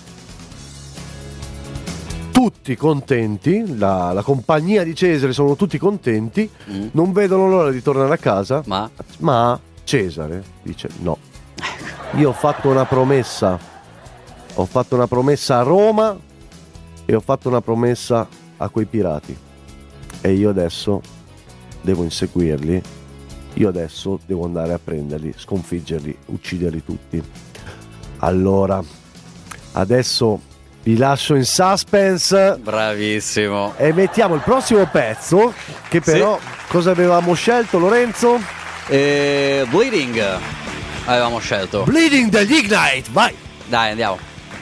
Tutti contenti, la, la compagnia di Cesare sono tutti contenti,
Mm.
non vedono l'ora di tornare a casa,
Ma
ma Cesare dice no. Io ho fatto una promessa, ho fatto una promessa a Roma e ho fatto una promessa a quei pirati e io adesso devo inseguirli, io adesso devo andare a prenderli, sconfiggerli, ucciderli tutti. Allora, adesso vi lascio in suspense
bravissimo.
e mettiamo il prossimo pezzo, che però cosa avevamo scelto, Lorenzo?
E Bleeding avevamo scelto.
Bleeding degli Ignite, vai!
Dai, andiamo.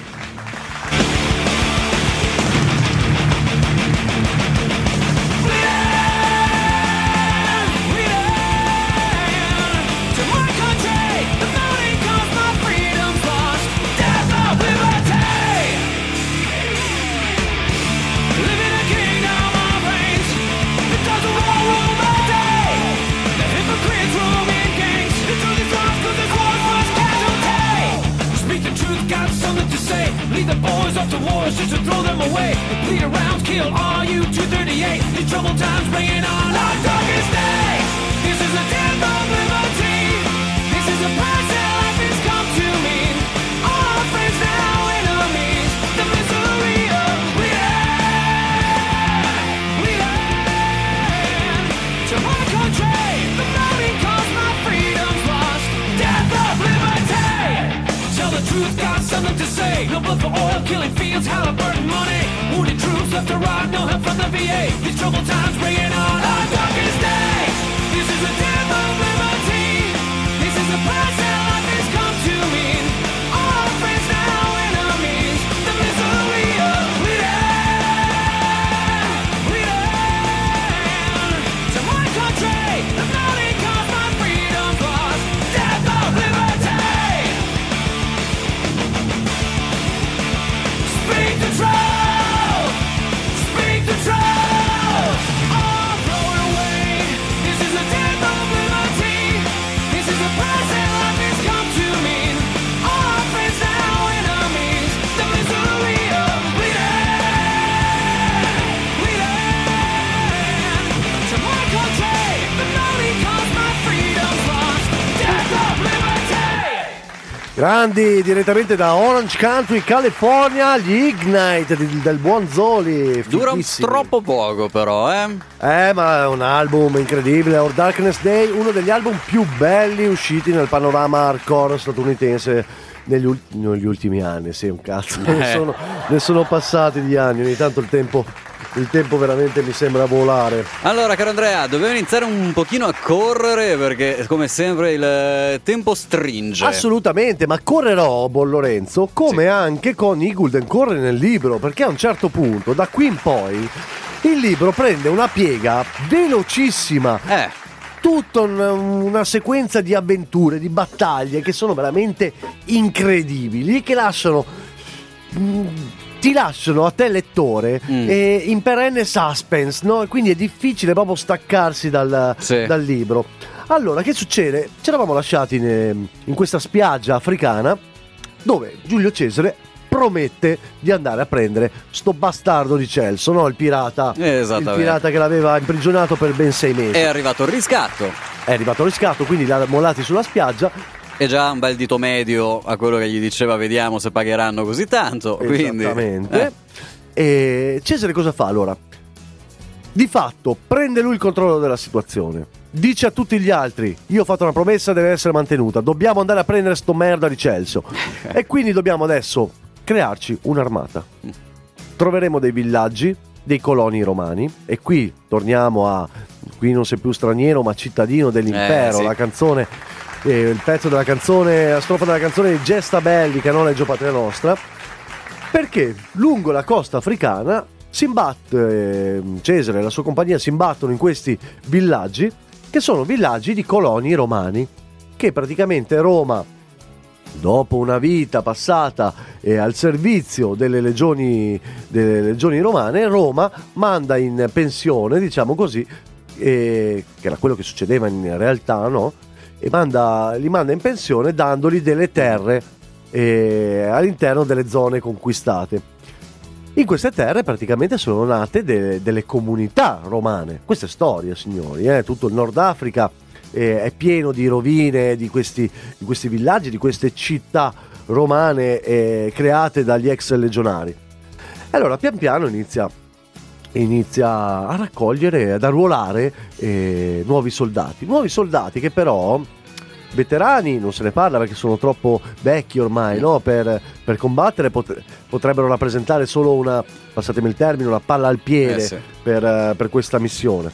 Lead the boys off to wars just to throw them away. Bleed around, kill all you two thirty-eight. These troubled times bringing on our darkest days. This is a death of liberty. This is a price that life has come to mean. All our friends now enemies. The misery of bleeding, bleeding. To my country, the mountain caused my freedom's lost. Death of liberty. Tell the truth, got something to say. No blood for oil, killing fields, Halliburton money. Wounded troops left to rot, no help from the V A. These troubled times bringing on our darkest days. This is the death of liberty. This is the price that life has come to mean. All our friends now enemies. The misery of bleeding, bleeding. To my country, the mountain caused my freedom's lost. Death of liberty. Speak the truth! Speak the truth! Oh, throw it away! This is the death of liberty! This is the price that life has come to mean! All our friends now enemies! The misery of bleeding! Bleeding!
Grandi, direttamente da Orange Country, California, gli Ignite di- del buon Zoli.
Dura un
fighissimi.
troppo poco però, eh.
Eh, ma è un album incredibile. Our Darkness Day, uno degli album più belli usciti nel panorama hardcore statunitense negli, ul- negli ultimi anni. Sì, un cazzo. Ne
Eh.
sono, ne sono passati di anni. Ogni tanto il tempo, il tempo veramente mi sembra volare.
Allora, caro Andrea, dobbiamo iniziare un pochino a correre perché come sempre il eh, tempo stringe.
Assolutamente, ma correrò, Buon Lorenzo, come
Sì.
anche con Igulden corre nel libro, perché a un certo punto, da qui in poi, il libro prende una piega velocissima.
Eh,
Tutta un- una sequenza di avventure, di battaglie che sono veramente incredibili, che lasciano mm, ti lasciano a te lettore
Mm.
eh, in perenne suspense, no? Quindi è difficile proprio staccarsi dal,
Sì.
dal libro. Allora, che succede? Ci eravamo lasciati in, in questa spiaggia africana dove Giulio Cesare promette di andare a prendere sto bastardo di Celso, no? Il pirata, il
Esattamente.
pirata che l'aveva imprigionato per ben sei mesi.
è arrivato il riscatto.
È arrivato il riscatto, quindi li ha mollati sulla spiaggia.
E già un bel dito medio a quello che gli diceva vediamo se pagheranno così tanto. Quindi,
Esattamente.
eh,
E Cesare cosa fa allora? Di fatto prende lui il controllo della situazione. Dice a tutti gli altri: io ho fatto una promessa, deve essere mantenuta. Dobbiamo andare a prendere sto merda di Celso. E quindi dobbiamo adesso crearci un'armata. Troveremo dei villaggi, dei coloni romani. E qui torniamo a qui non sei più straniero ma cittadino dell'impero.
Eh, sì.
La canzone, eh, il pezzo della canzone, la strofa della canzone di Gesta Bellica, non Reggio Patria Nostra. Perché lungo la costa africana si imbatte, eh, Cesare e la sua compagnia si imbattono in questi villaggi che sono villaggi di coloni romani, che praticamente Roma, dopo una vita passata eh, al servizio delle legioni, delle legioni romane, Roma manda in pensione, diciamo così, eh, che era quello che succedeva in realtà, no? E manda, li manda in pensione dandogli delle terre eh, all'interno delle zone conquistate. In queste terre praticamente sono nate de- delle comunità romane. Questa è storia, signori, eh? Tutto il Nord Africa eh, è pieno di rovine di questi, di questi villaggi, di queste città romane eh, create dagli ex legionari. E allora pian piano inizia, inizia a raccogliere, ad arruolare eh, nuovi soldati. Nuovi soldati che però, veterani non se ne parla perché sono troppo vecchi ormai, no? per, per combattere pot- potrebbero rappresentare solo una, passatemi il termine, una palla al piede
Eh sì.
per, eh, per questa missione.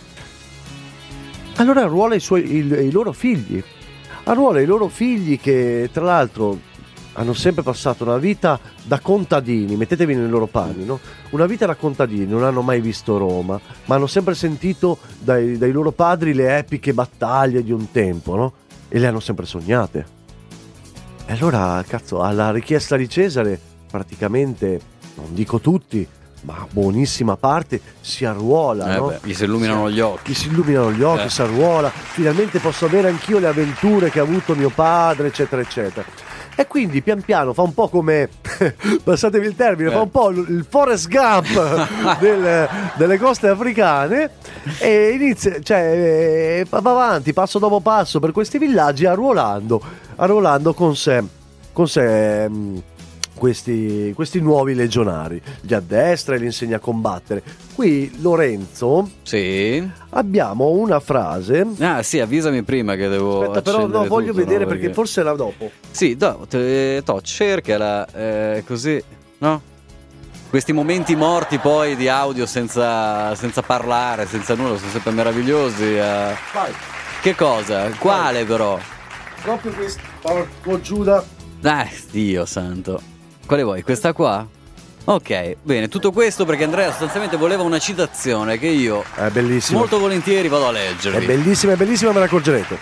Allora arruola i, suoi, il- i loro figli, arruola i loro figli che tra l'altro hanno sempre passato una vita da contadini, mettetevi nei loro panni, no? Una vita da contadini, non hanno mai visto Roma, ma hanno sempre sentito dai, dai loro padri le epiche battaglie di un tempo, no? E le hanno sempre sognate. E allora, cazzo, alla richiesta di Cesare, praticamente, non dico tutti, ma buonissima parte, si arruola,
eh
no?
beh, gli si illuminano
Si-
gli occhi.
Gli si illuminano gli occhi,
Eh.
si arruola, finalmente posso avere anch'io le avventure che ha avuto mio padre, eccetera, eccetera. E quindi pian piano fa un po' come, passatevi il termine,
Eh.
fa un po' l- il Forrest Gump del- delle coste africane e inizia, cioè, eh, va avanti passo dopo passo per questi villaggi arruolando, arruolando con sé, con sé mh, questi, questi nuovi legionari. Li addestra e li insegna a combattere. Qui, Lorenzo,
Sì.
abbiamo una frase.
Ah sì, avvisami prima che devo
Aspetta, però no,
accendere
voglio
tutto,
vedere
no?
perché forse era dopo.
Sì, do, te, to, cercala, eh, così, no? Questi momenti morti poi di audio senza, senza parlare, senza nulla, sono sempre meravigliosi. eh.
Vai,
Che cosa? Quale però?
proprio questo. Porco Giuda.
Dai, Dio santo. Quale vuoi? Questa qua? Ok, bene, tutto questo perché Andrea sostanzialmente voleva una citazione che io
È bellissimo.
molto volentieri vado a
È
leggervi.
bellissima, è bellissima, me ne accorgerete.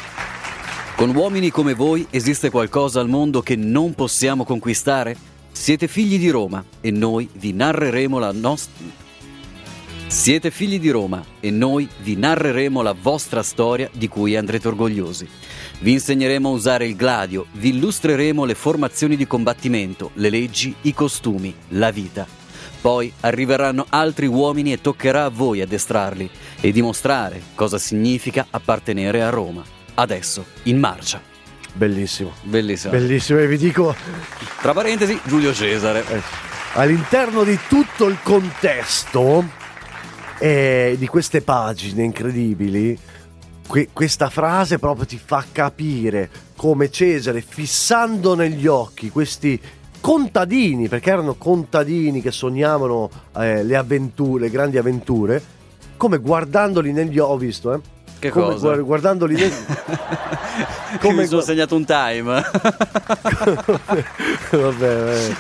Con uomini come voi esiste qualcosa al mondo che non possiamo conquistare? Siete figli di Roma e noi vi narreremo la nostra... Siete figli di Roma e noi vi narreremo la vostra storia di cui andrete orgogliosi. Vi insegneremo a usare il gladio, vi illustreremo le formazioni di combattimento, le leggi, i costumi, la vita. Poi arriveranno altri uomini e toccherà a voi addestrarli e dimostrare cosa significa appartenere a Roma. Adesso, in marcia.
Bellissimo.
Bellissimo.
Bellissimo, e vi dico,
Tra parentesi, Giulio Cesare.
eh, all'interno di tutto il contesto eh, di queste pagine incredibili, que- questa frase proprio ti fa capire come Cesare, fissando negli occhi questi contadini, perché erano contadini che sognavano eh, le avventure, le grandi avventure, come guardandoli negli occhi, ho visto, eh?
Che
come
cosa?
guard- guardandoli negli
Come mi sono
gu-
segnato un time.
Vabbè, vabbè.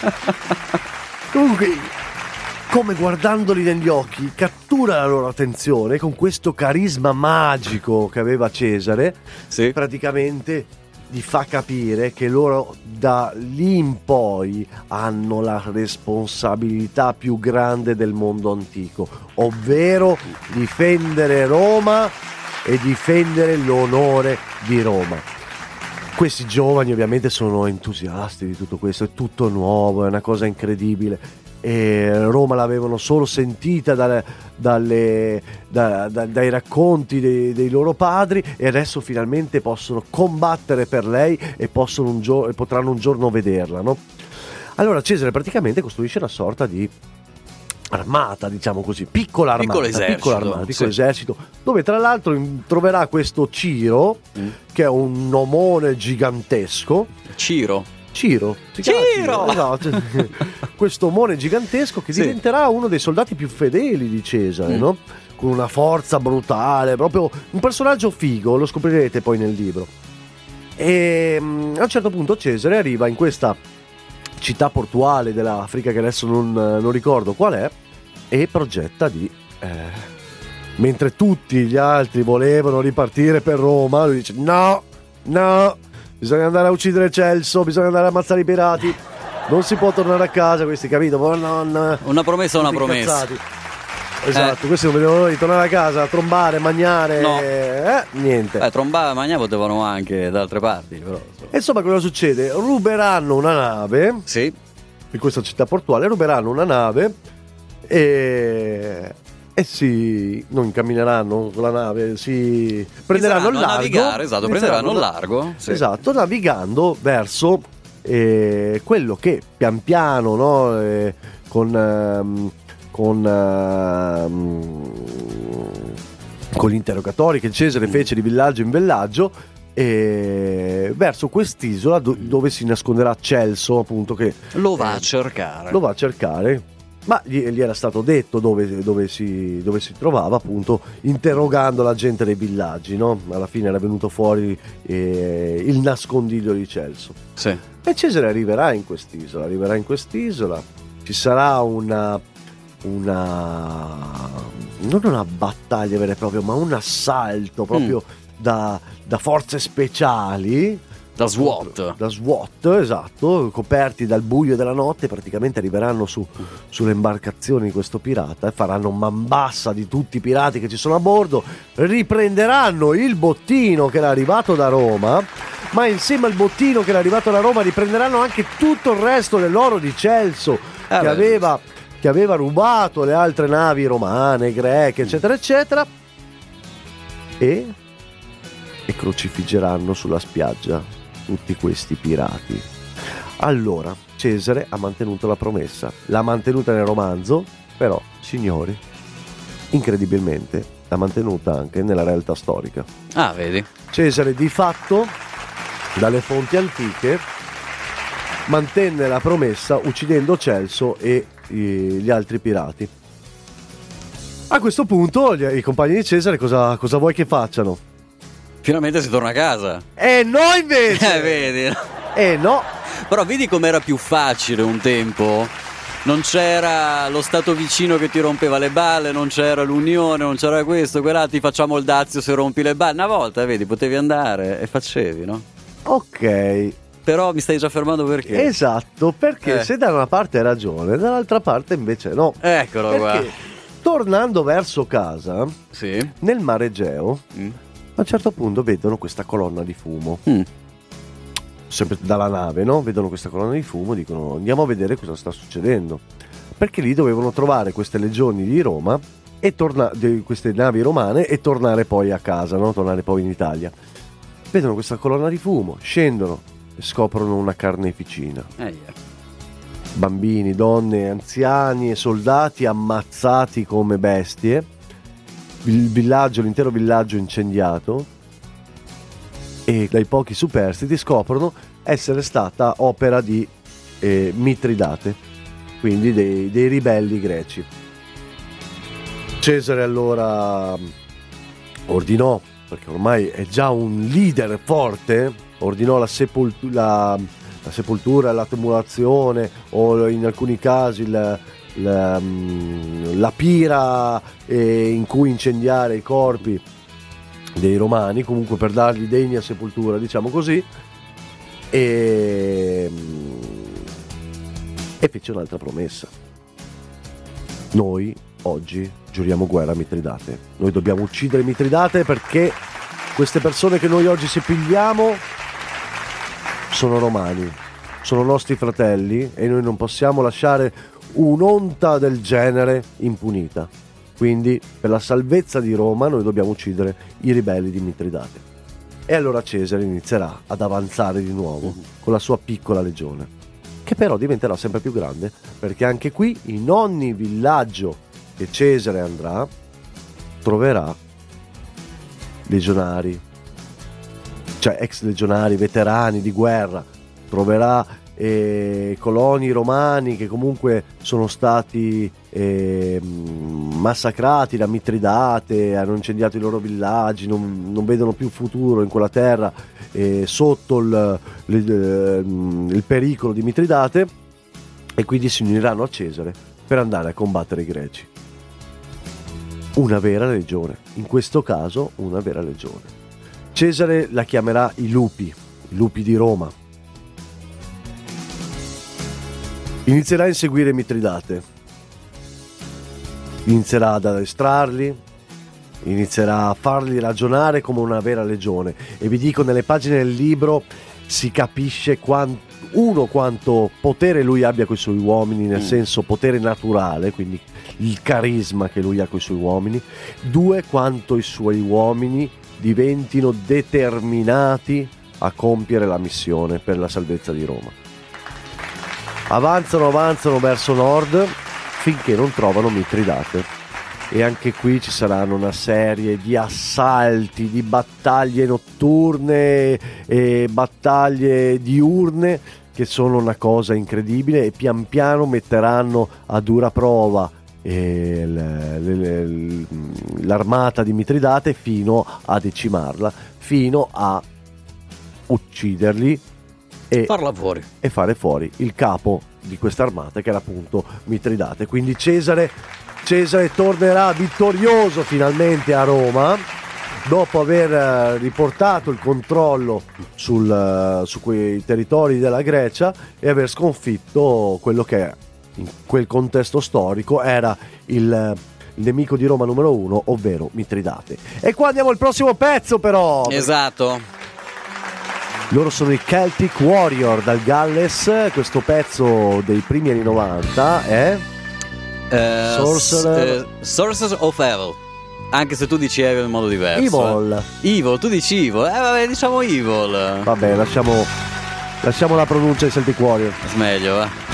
Comunque, come guardandoli negli occhi, cattura la loro attenzione con questo carisma magico che aveva Cesare.
Sì.
Praticamente gli fa capire che loro da lì in poi hanno la responsabilità più grande del mondo antico, ovvero difendere Roma e difendere l'onore di Roma. Questi giovani ovviamente sono entusiasti di tutto questo, è tutto nuovo, è una cosa incredibile. E Roma l'avevano solo sentita dalle, dalle, da, da, dai racconti dei, dei loro padri, e adesso finalmente possono combattere per lei e possono un gio- potranno un giorno vederla, no? Allora Cesare praticamente costruisce una sorta di armata, diciamo così, piccola armata,
Piccolo esercito,
piccolo, armata, piccolo
sì.
esercito, dove tra l'altro in- troverà questo Ciro,
Mm.
che è un omone gigantesco.
Ciro.
Ciro, si chiama
Ciro!
esatto. Questo omone gigantesco che
Sì.
diventerà uno dei soldati più fedeli di Cesare,
Mm.
no? Con una forza brutale, proprio un personaggio figo, lo scoprirete poi nel libro. E mm, a un certo punto Cesare arriva in questa città portuale dell'Africa, che adesso non, non ricordo qual è, e progetta di eh, mentre tutti gli altri volevano ripartire per Roma, lui dice no, no, bisogna andare a uccidere Celso, bisogna andare a ammazzare i pirati, non si può tornare a casa, questi, capito? Ma non,
Una promessa è una
tutti
promessa.
incazzati. Esatto, questi non vedevano l'ora di tornare a casa, trombare, mangiare,
No.
eh, niente.
Eh, trombare e mangiare potevano anche da altre parti, però.
E insomma, cosa succede? Ruberanno una nave
Sì.
in questa città portuale, ruberanno una nave e, e si non incammineranno con la nave, si prenderanno il
Inizieranno a
largo,
navigare, esatto, prenderanno il
inizieranno-
largo. Sì.
esatto, navigando verso eh, quello che pian piano, no, eh, con ehm, con ehm, con gli interrogatori che Cesare fece di villaggio in villaggio, e verso quest'isola do- dove si nasconderà Celso, appunto, che
Lo va
eh,
a cercare.
lo va a cercare, ma gli, gli era stato detto dove, dove, si, dove si trovava, appunto, interrogando la gente dei villaggi, no? Alla fine era venuto fuori eh, il nascondiglio di Celso.
Sì.
E Cesare arriverà in quest'isola, arriverà in quest'isola, ci sarà una, una non una battaglia vera e propria, ma un assalto proprio da, da forze speciali.
Da SWAT.
Da SWAT, esatto, coperti dal buio della notte, praticamente arriveranno su, sulle imbarcazioni di questo pirata e faranno man bassa di tutti i pirati che ci sono a bordo, riprenderanno il bottino che era arrivato da Roma, ma insieme al bottino che era arrivato da Roma riprenderanno anche tutto il resto dell'oro di Celso,
Ah,
che,
beh,
aveva, che aveva rubato le altre navi romane, greche, eccetera, eccetera, e, e crocifiggeranno sulla spiaggia tutti questi pirati. Allora Cesare ha mantenuto la promessa, l'ha mantenuta nel romanzo, però, signori, incredibilmente l'ha mantenuta anche nella realtà storica.
Ah, vedi?
Cesare di fatto, dalle fonti antiche, mantenne la promessa uccidendo Celso e i- gli altri pirati. A questo punto gli- i compagni di Cesare cosa, cosa vuoi che facciano?
Finalmente si torna a casa.
E no, invece!
Eh, vedi?
E no!
Però vedi com'era più facile un tempo? Non c'era lo stato vicino che ti rompeva le balle, non c'era l'unione, non c'era questo, quella, ti facciamo il dazio se rompi le balle. Una volta, vedi, potevi andare e facevi, no?
Ok,
Però mi stai già fermando perché?
esatto, perché
Eh.
se da una parte hai ragione, dall'altra parte invece no.
Eccolo
Perché
qua.
tornando verso casa,
Sì.
nel mare Egeo,
Mm.
a un certo punto vedono questa colonna di fumo.
Mm.
Sempre dalla nave, no? Vedono questa colonna di fumo e dicono andiamo a vedere cosa sta succedendo. Perché lì dovevano trovare queste legioni di Roma e torna- di queste navi romane e tornare poi a casa, no? Tornare poi in Italia. vedono questa colonna di fumo, scendono e scoprono una carneficina.
Eh, yeah.
Bambini, donne, anziani e soldati ammazzati come bestie, il villaggio, l'intero villaggio incendiato, e dai pochi superstiti scoprono essere stata opera di eh, Mitridate, quindi dei, dei ribelli greci. Cesare allora ordinò, perché ormai è già un leader forte, ordinò la sepoltura, la sepoltura, la tumulazione, o in alcuni casi la, la, la pira eh, in cui incendiare i corpi dei romani, comunque per dargli degna sepoltura, diciamo così, e, e fece un'altra promessa: noi oggi giuriamo guerra a Mitridate, noi dobbiamo uccidere Mitridate, perché queste persone che noi oggi seppelliamo sono romani, sono nostri fratelli, e noi non possiamo lasciare un'onta del genere impunita. Quindi per la salvezza di Roma noi dobbiamo uccidere i ribelli di Mitridate. E allora Cesare inizierà ad avanzare di nuovo con la sua piccola legione, che però diventerà sempre più grande, perché anche qui in ogni villaggio che Cesare andrà troverà legionari, cioè ex legionari, veterani di guerra, troverà eh, coloni romani che comunque sono stati eh, massacrati da Mitridate, hanno incendiato i loro villaggi, non, non vedono più futuro in quella terra eh, sotto il, il, il pericolo di Mitridate, e quindi si uniranno a Cesare per andare a combattere i greci. Una vera legione, in questo caso una vera legione. Cesare la chiamerà i lupi, i lupi di Roma. Inizierà a inseguire Mitridate, inizierà ad addestrarli, inizierà a farli ragionare come una vera legione, e vi dico, nelle pagine del libro si capisce quanto, uno, quanto potere lui abbia coi suoi uomini, nel mm. senso potere naturale, quindi il carisma che lui ha coi suoi uomini; due, quanto i suoi uomini diventino determinati a compiere la missione per la salvezza di Roma. Avanzano, avanzano verso nord finché non trovano Mitridate, e anche qui ci saranno una serie di assalti, di battaglie notturne e battaglie diurne che sono una cosa incredibile, e pian piano metteranno a dura prova eh, l'armata di Mitridate fino a decimarla, fino a ucciderli e
farla fuori
e fare fuori il capo di questa armata, che era appunto Mitridate. Quindi Cesare Cesare tornerà vittorioso finalmente a Roma, dopo aver riportato il controllo sul, su quei territori della Grecia e aver sconfitto quello che in quel contesto storico era il, il nemico di Roma numero uno, ovvero Mitridate. E qua andiamo al prossimo pezzo, però.
Esatto.
Loro sono i Celtic Warrior dal Galles. Questo pezzo dei primi anni novanta è
uh,
Sorcerer...
uh, Sorcerers of Evil. Anche se tu dici Evil in modo diverso.
Evil.
eh. Evil, tu dici Evil. Eh vabbè, diciamo Evil.
Vabbè, lasciamo lasciamo la pronuncia di Celtic Warrior.
Meglio, va. Eh?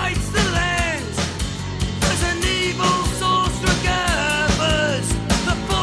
The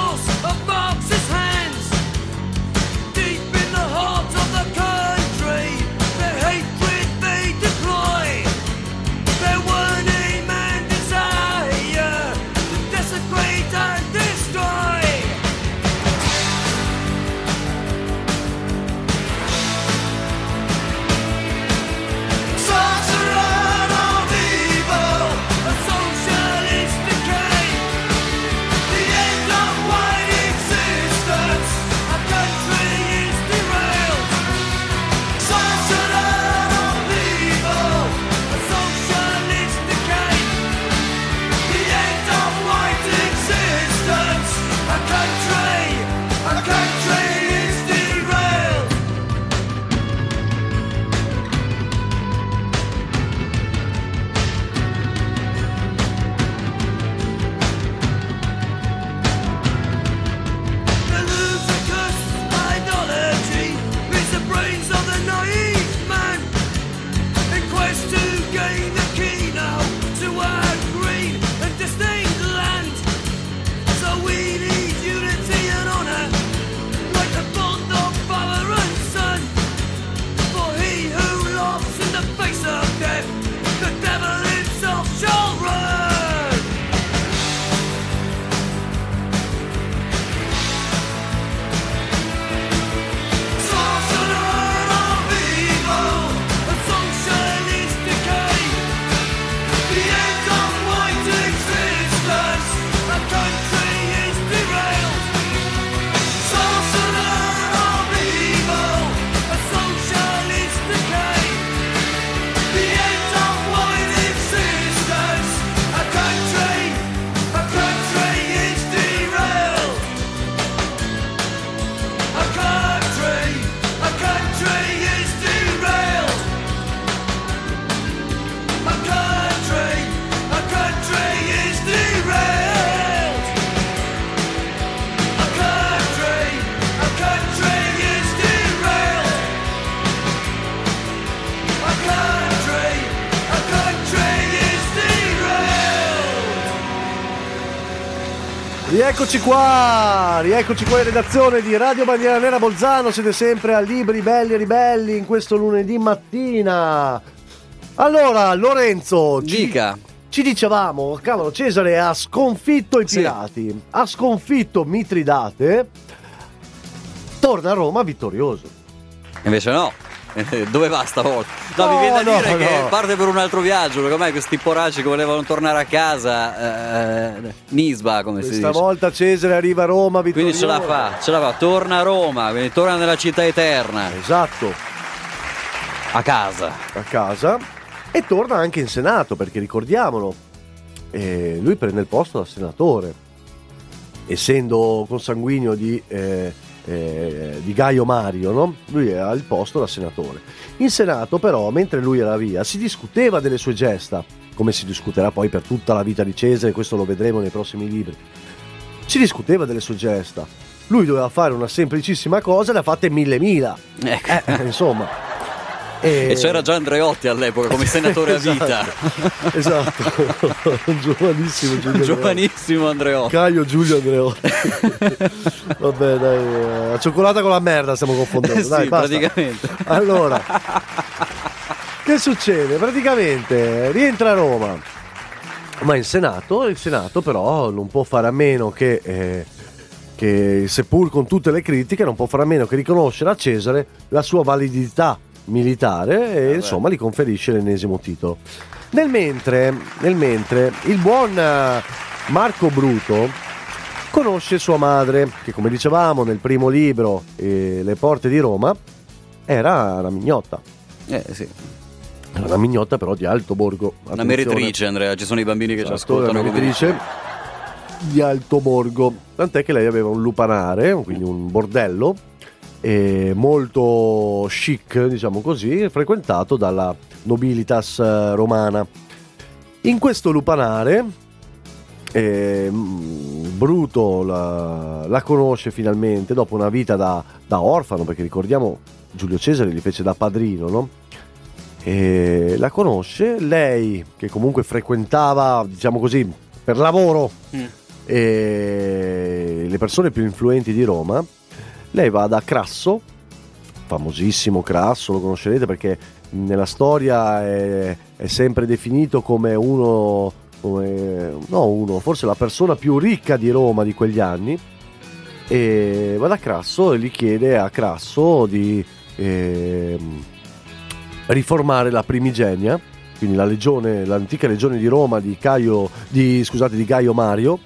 Rieccoci qua, rieccoci qua in redazione di Radio Bandiera Nera Bolzano, siete sempre a Libri Belli e Ribelli in questo lunedì mattina. Allora, Lorenzo,
Dica.
Ci, ci dicevamo, cavolo, Cesare ha sconfitto i
Sì.
pirati, ha sconfitto Mitridate, torna a Roma vittorioso.
Invece no. Dove va stavolta? No,
No,
mi viene da
no,
dire che
no.
parte per un altro viaggio, perché ormai questi poracci che volevano tornare a casa, eh, Nisba come si
Questa
dice.
volta Cesare arriva a Roma vittorioso.
Quindi ce la fa, ce la fa, torna a Roma, quindi torna nella città eterna,
Esatto,
a casa.
a casa, e torna anche in Senato, perché ricordiamolo, eh, lui prende il posto da senatore, essendo consanguineo di, eh, eh, di Gaio Mario, no? Lui ha il posto da senatore. In Senato però, mentre lui era via, si discuteva delle sue gesta, come si discuterà poi per tutta la vita di Cesare, questo lo vedremo nei prossimi libri. Si discuteva delle sue gesta, lui doveva fare una semplicissima cosa e le ha fatte mille mila,
Ecco.
eh, insomma.
E c'era già Andreotti all'epoca come senatore a vita.
Esatto, giovanissimo Giulio
Giovanissimo Andreotti.
Caio Giulio Andreotti. Vabbè, dai, eh, la cioccolata con la merda stiamo confondendo.
Eh sì,
dai, basta.
praticamente.
Allora, che succede? Praticamente rientra a Roma, ma in Senato, il Senato però non può fare a meno che, eh, che seppur con tutte le critiche, non può fare a meno che riconoscere a Cesare la sua validità militare e
Vabbè.
insomma gli conferisce l'ennesimo titolo. Nel mentre, nel mentre il buon eh, Marco Bruto conosce sua madre, che come dicevamo nel primo libro, eh, Le porte di Roma, era una mignotta.
Eh sì.
Era una mignotta però di Alto Borgo.
Una
Attenzione.
meretrice, Andrea, ci sono i bambini che ci
Esatto,
ascoltano.
una
come
meretrice di Alto Borgo. Tant'è che lei aveva un lupanare, quindi un bordello, eh, molto chic, diciamo così, frequentato dalla nobilitas eh, romana. In questo lupanare eh, Bruto la, la conosce finalmente dopo una vita da, da orfano, perché ricordiamo Giulio Cesare gli fece da padrino, no? E la conosce, lei che comunque frequentava, diciamo così, per lavoro
Mm.
e le persone più influenti di Roma. Lei va da Crasso, famosissimo Crasso, lo conoscerete perché nella storia è, è sempre definito come uno, come, no uno, forse la persona più ricca di Roma di quegli anni, e va da Crasso e gli chiede a Crasso di eh, riformare la primigenia, quindi la legione, l'antica legione di Roma di Caio, di, scusate, di Gaio Mario,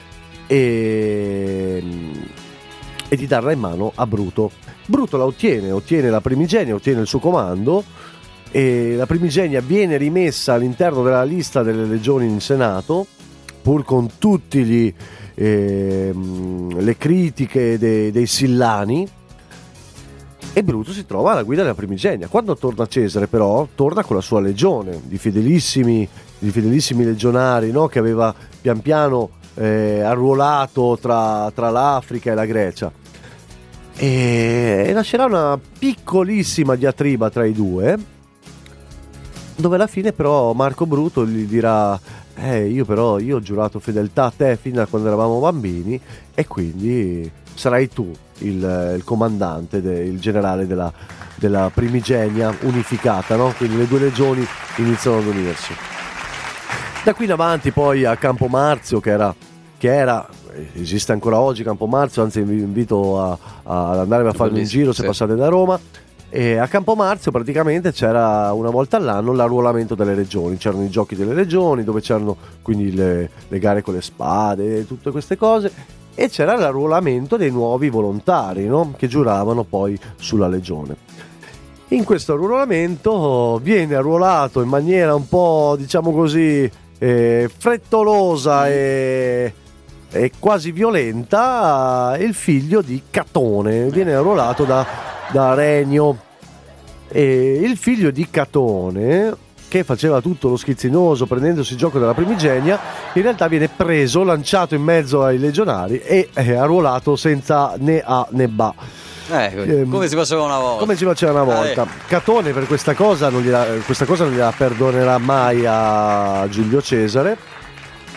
e, e di darla in mano a Bruto. Bruto la ottiene, ottiene la primigenia, ottiene il suo comando, e la primigenia viene rimessa all'interno della lista delle legioni in Senato, pur con tutti gli, ehm, le critiche dei, dei Sillani, e Bruto si trova alla guida della primigenia. Quando torna Cesare però torna con la sua legione di fedelissimi, di fedelissimi legionari, no? Che aveva pian piano eh, arruolato tra, tra l'Africa e la Grecia, e, e nascerà una piccolissima diatriba tra i due, dove alla fine però Marco Bruto gli dirà: eh, io però io ho giurato fedeltà a te fin da quando eravamo bambini, e quindi sarai tu il, il comandante, de, il generale della, della primigenia unificata, no? Quindi le due legioni iniziano ad unirsi. Da qui in avanti poi a Campo Marzio, che era, che era esiste ancora oggi Campo Marzio, anzi vi invito a, a, ad andare a fare un giro se
sì.
passate da Roma. E a Campo Marzio praticamente c'era una volta all'anno l'arruolamento delle regioni, c'erano i giochi delle regioni dove c'erano quindi le, le gare con le spade e tutte queste cose, e c'era l'arruolamento dei nuovi volontari, no? Che giuravano poi sulla legione. In questo arruolamento viene arruolato in maniera un po', diciamo così, eh, frettolosa e, e quasi violenta il figlio di Catone, viene arruolato da, da Renio, e il figlio di Catone, che faceva tutto lo schizzinoso prendendosi il gioco della primigenia, in realtà viene preso, lanciato in mezzo ai legionari e eh, arruolato senza né A né Ba.
Ecco,
Ehm,
come si faceva una volta.
Come si faceva una volta.
Ah,
Catone per questa cosa non gliela, questa cosa non gliela perdonerà mai a Giulio Cesare,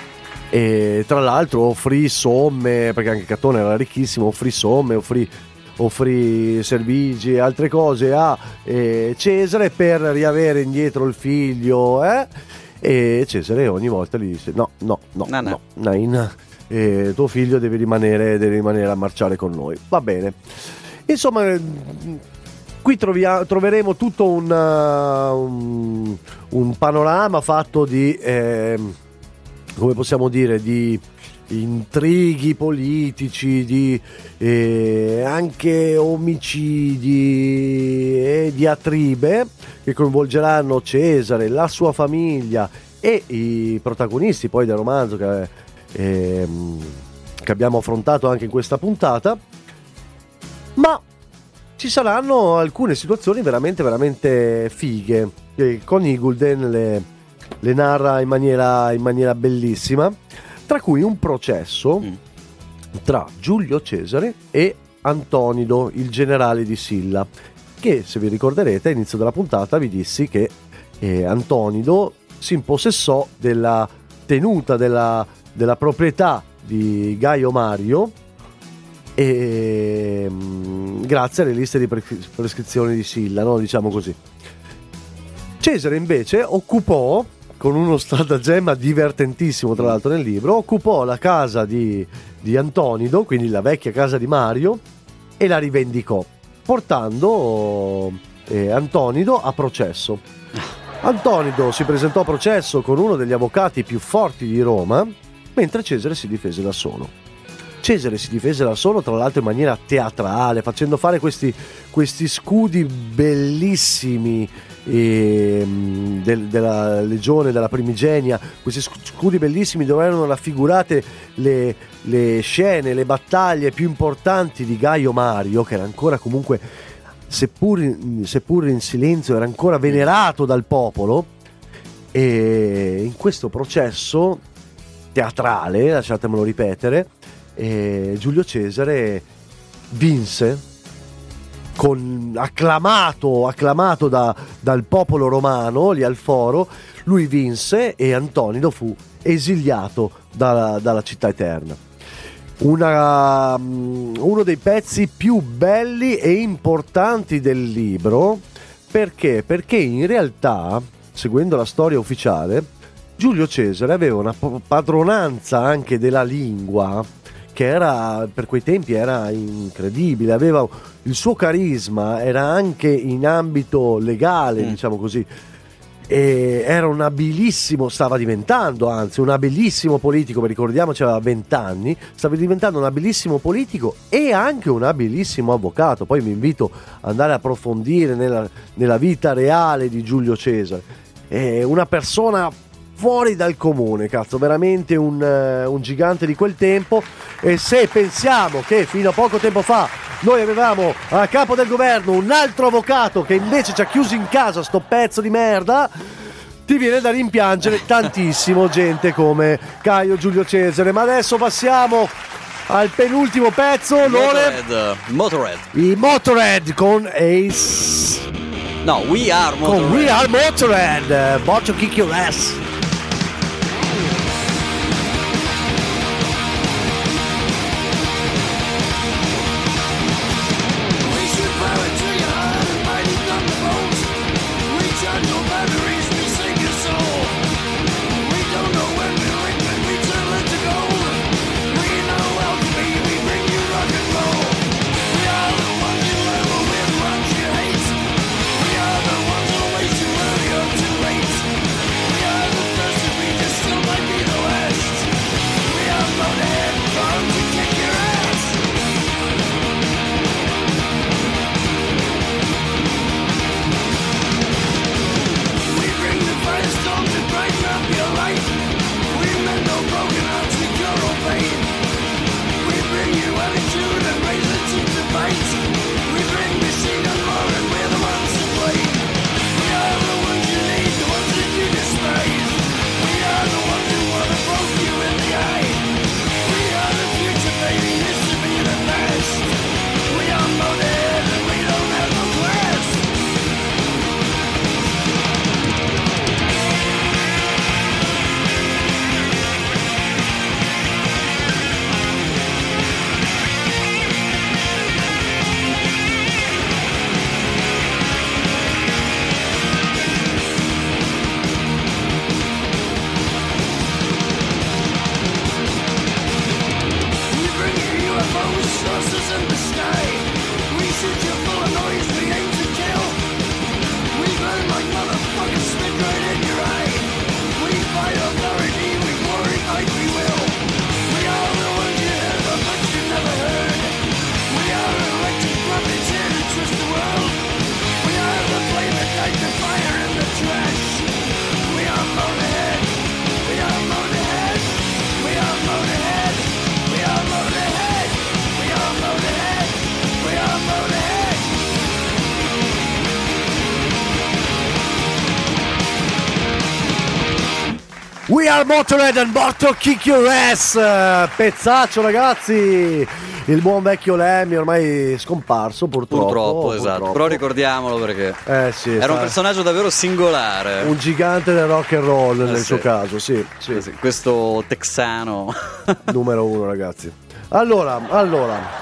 e tra l'altro offrì somme, perché anche Catone era ricchissimo, offrì somme, offrì, offrì servigi e altre cose a eh, Cesare per riavere indietro il figlio, eh? E Cesare ogni volta gli disse no, no, no,
No, no.
no, Nain, eh, tuo figlio deve rimanere, deve rimanere a marciare con noi. Va bene. Insomma, eh, qui trovia- troveremo tutto un, uh, un, un panorama fatto di, eh, come possiamo dire, di intrighi politici, di eh, anche omicidi e diatribe che coinvolgeranno Cesare, la sua famiglia e i protagonisti poi del romanzo che, eh, che abbiamo affrontato anche in questa puntata. Ma ci saranno alcune situazioni veramente veramente fighe che con Igulden le, le narra in maniera, in maniera bellissima, tra cui un processo
Mm.
tra Giulio Cesare e Antonido, il generale di Silla, che, se vi ricorderete, all'inizio della puntata vi dissi che eh, Antonido si impossessò della tenuta della, della proprietà di Gaio Mario e, mh, grazie alle liste di prescri- prescrizioni di Silla, no? Diciamo così. Cesare invece occupò, con uno stratagemma divertentissimo tra l'altro nel libro, occupò la casa di, di Antonido, quindi la vecchia casa di Mario, e la rivendicò, portando eh, Antonido a processo. Antonido si presentò a processo con uno degli avvocati più forti di Roma, mentre Cesare si difese da solo. Cesare si difese da solo, tra l'altro in maniera teatrale, facendo fare questi, questi scudi bellissimi eh, del- della legione, della primigenia, questi sc- scudi bellissimi dove erano raffigurate le, le scene, le battaglie più importanti di Gaio Mario, che era ancora comunque, seppur in, seppur in silenzio, era ancora venerato dal popolo. E in questo processo teatrale, lasciatemelo ripetere, eh, Giulio Cesare vinse, con, acclamato, acclamato da- dal popolo romano lì al foro. Lui vinse e Antonido fu esiliato dalla, dalla città eterna. Una, mm, uno dei pezzi più belli e importanti del libro. Perché? Perché in realtà, seguendo la storia ufficiale, Giulio Cesare aveva una p- padronanza anche della lingua che era, per quei tempi era incredibile, aveva il suo carisma, era anche in ambito legale,
Mm.
diciamo così, e era un abilissimo, stava diventando anzi un abilissimo politico, perché ricordiamoci aveva vent'anni, stava diventando un abilissimo politico e anche un abilissimo avvocato. Poi vi invito ad andare a approfondire nella, nella vita reale di Giulio Cesare. È una persona fuori dal comune, cazzo, veramente un, eh, un gigante di quel tempo. E se pensiamo che fino a poco tempo fa noi avevamo a capo del governo un altro avvocato che invece ci ha chiuso in casa, sto pezzo di merda, ti viene da rimpiangere tantissimo gente come Caio Giulio Cesare. Ma adesso passiamo al penultimo pezzo, Lore,
Motorhead. Motorhead.
i Motorhead con Ace,
No, We Are
con
Motorhead.
We Are Motorhead, Boccio Kick Your Ass.
We should bow it to your heart and mighty thunderbolts. Reach out your batteries, we sing your soul. We don't know when we ring, but we turn it to gold. We know alchemy, we bring you rock and roll. We are the ones you love with, ones you hate. We are the ones who waste you early or too late. We are the
We are Motorhead and Mortal Kick Your Ass. Pezzaccio, ragazzi. Il buon vecchio Lemmy ormai scomparso, purtroppo.
Purtroppo, esatto.
Purtroppo.
Però ricordiamolo perché
eh, sì,
era
sta...
un personaggio davvero singolare.
Un gigante del rock and roll,
eh,
nel
sì.
suo caso, sì, sì.
Eh, sì. Questo texano.
Numero uno, ragazzi. Allora, allora.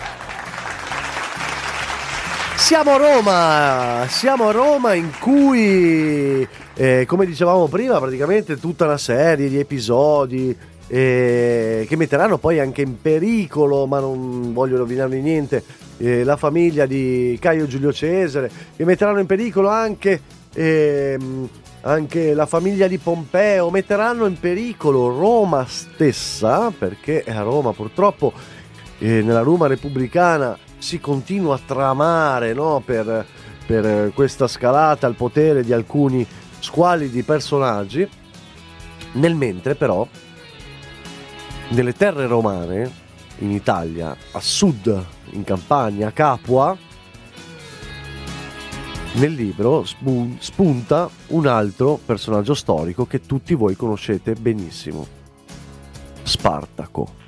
Siamo a Roma, siamo a Roma in cui, eh, come dicevamo prima, praticamente tutta una serie di episodi eh, che metteranno poi anche in pericolo, ma non voglio rovinarne niente, eh, la famiglia di Caio Giulio Cesare, che metteranno in pericolo anche, eh, anche la famiglia di Pompeo, metteranno in pericolo Roma stessa, perché a Roma purtroppo, eh, nella Roma repubblicana, si continua a tramare, no, per, per questa scalata al potere di alcuni squalidi personaggi, nel mentre però nelle terre romane, in Italia, a sud, in Campania, a Capua, nel libro spun- spunta un altro personaggio storico che tutti voi conoscete benissimo: Spartaco.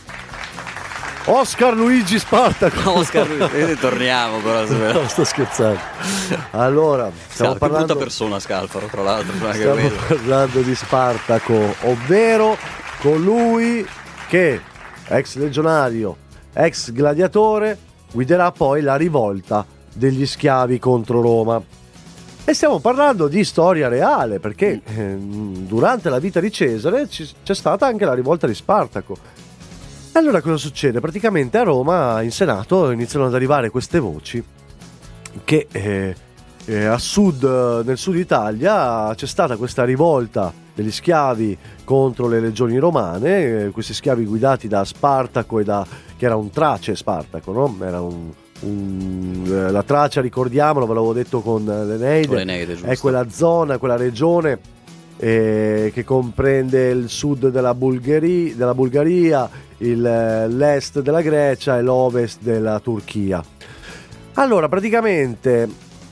Oscar Luigi Spartaco.
Oscar Luigi, torniamo però.
No, sto scherzando. Allora, stiamo
Scalfaro,
parlando
brutta persona Scalfaro, tra l'altro.
Stiamo parlando di Spartaco, ovvero colui che, ex legionario, ex gladiatore, guiderà poi la rivolta degli schiavi contro Roma. E stiamo parlando di storia reale, perché eh, durante la vita di Cesare ci, c'è stata anche la rivolta di Spartaco. Allora cosa succede? Praticamente a Roma, in Senato, iniziano ad arrivare queste voci che eh, eh, a sud, nel sud Italia c'è stata questa rivolta degli schiavi contro le legioni romane, eh, questi schiavi guidati da Spartaco e da, che era un Trace Spartaco, no? Era un, un, eh, la Tracia, ricordiamolo, ve l'avevo detto con l'Eneide,
con l'Eneide,
è quella zona, quella regione eh, che comprende il sud della Bulgaria, della Bulgaria, il, l'est della Grecia e l'ovest della Turchia. Allora praticamente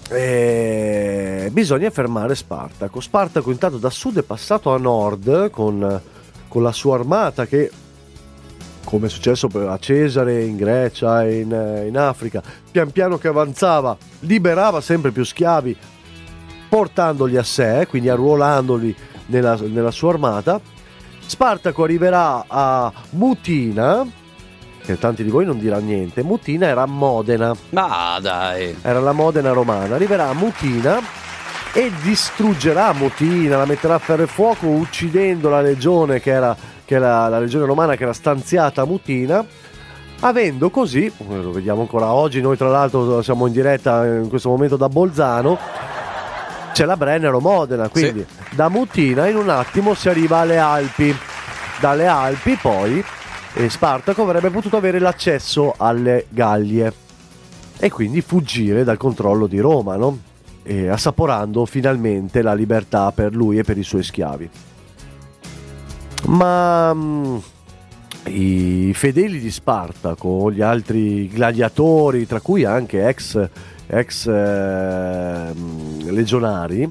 eh, bisogna fermare Spartaco. Spartaco intanto da sud è passato a nord con, con la sua armata che, come è successo a Cesare in Grecia e in, in Africa, pian piano che avanzava liberava sempre più schiavi portandoli a sé, quindi arruolandoli nella, nella sua armata. Spartaco arriverà a Mutina, che tanti di voi non dirà niente. Mutina era a Modena.
Ma dai.
Era la Modena romana. Arriverà a Mutina e distruggerà Mutina, la metterà a ferro e fuoco, uccidendo la legione che era, che era la legione romana che era stanziata a Mutina, avendo così, lo vediamo ancora oggi, noi tra l'altro siamo in diretta in questo momento da Bolzano, c'è la Brennero Modena, quindi sì. Da Mutina in un attimo si arriva alle Alpi, dalle Alpi poi eh, Spartaco avrebbe potuto avere l'accesso alle Gallie e quindi fuggire dal controllo di Roma, no? E assaporando finalmente la libertà per lui e per i suoi schiavi. Ma mh, i fedeli di Spartaco, gli altri gladiatori, tra cui anche ex ex eh, legionari,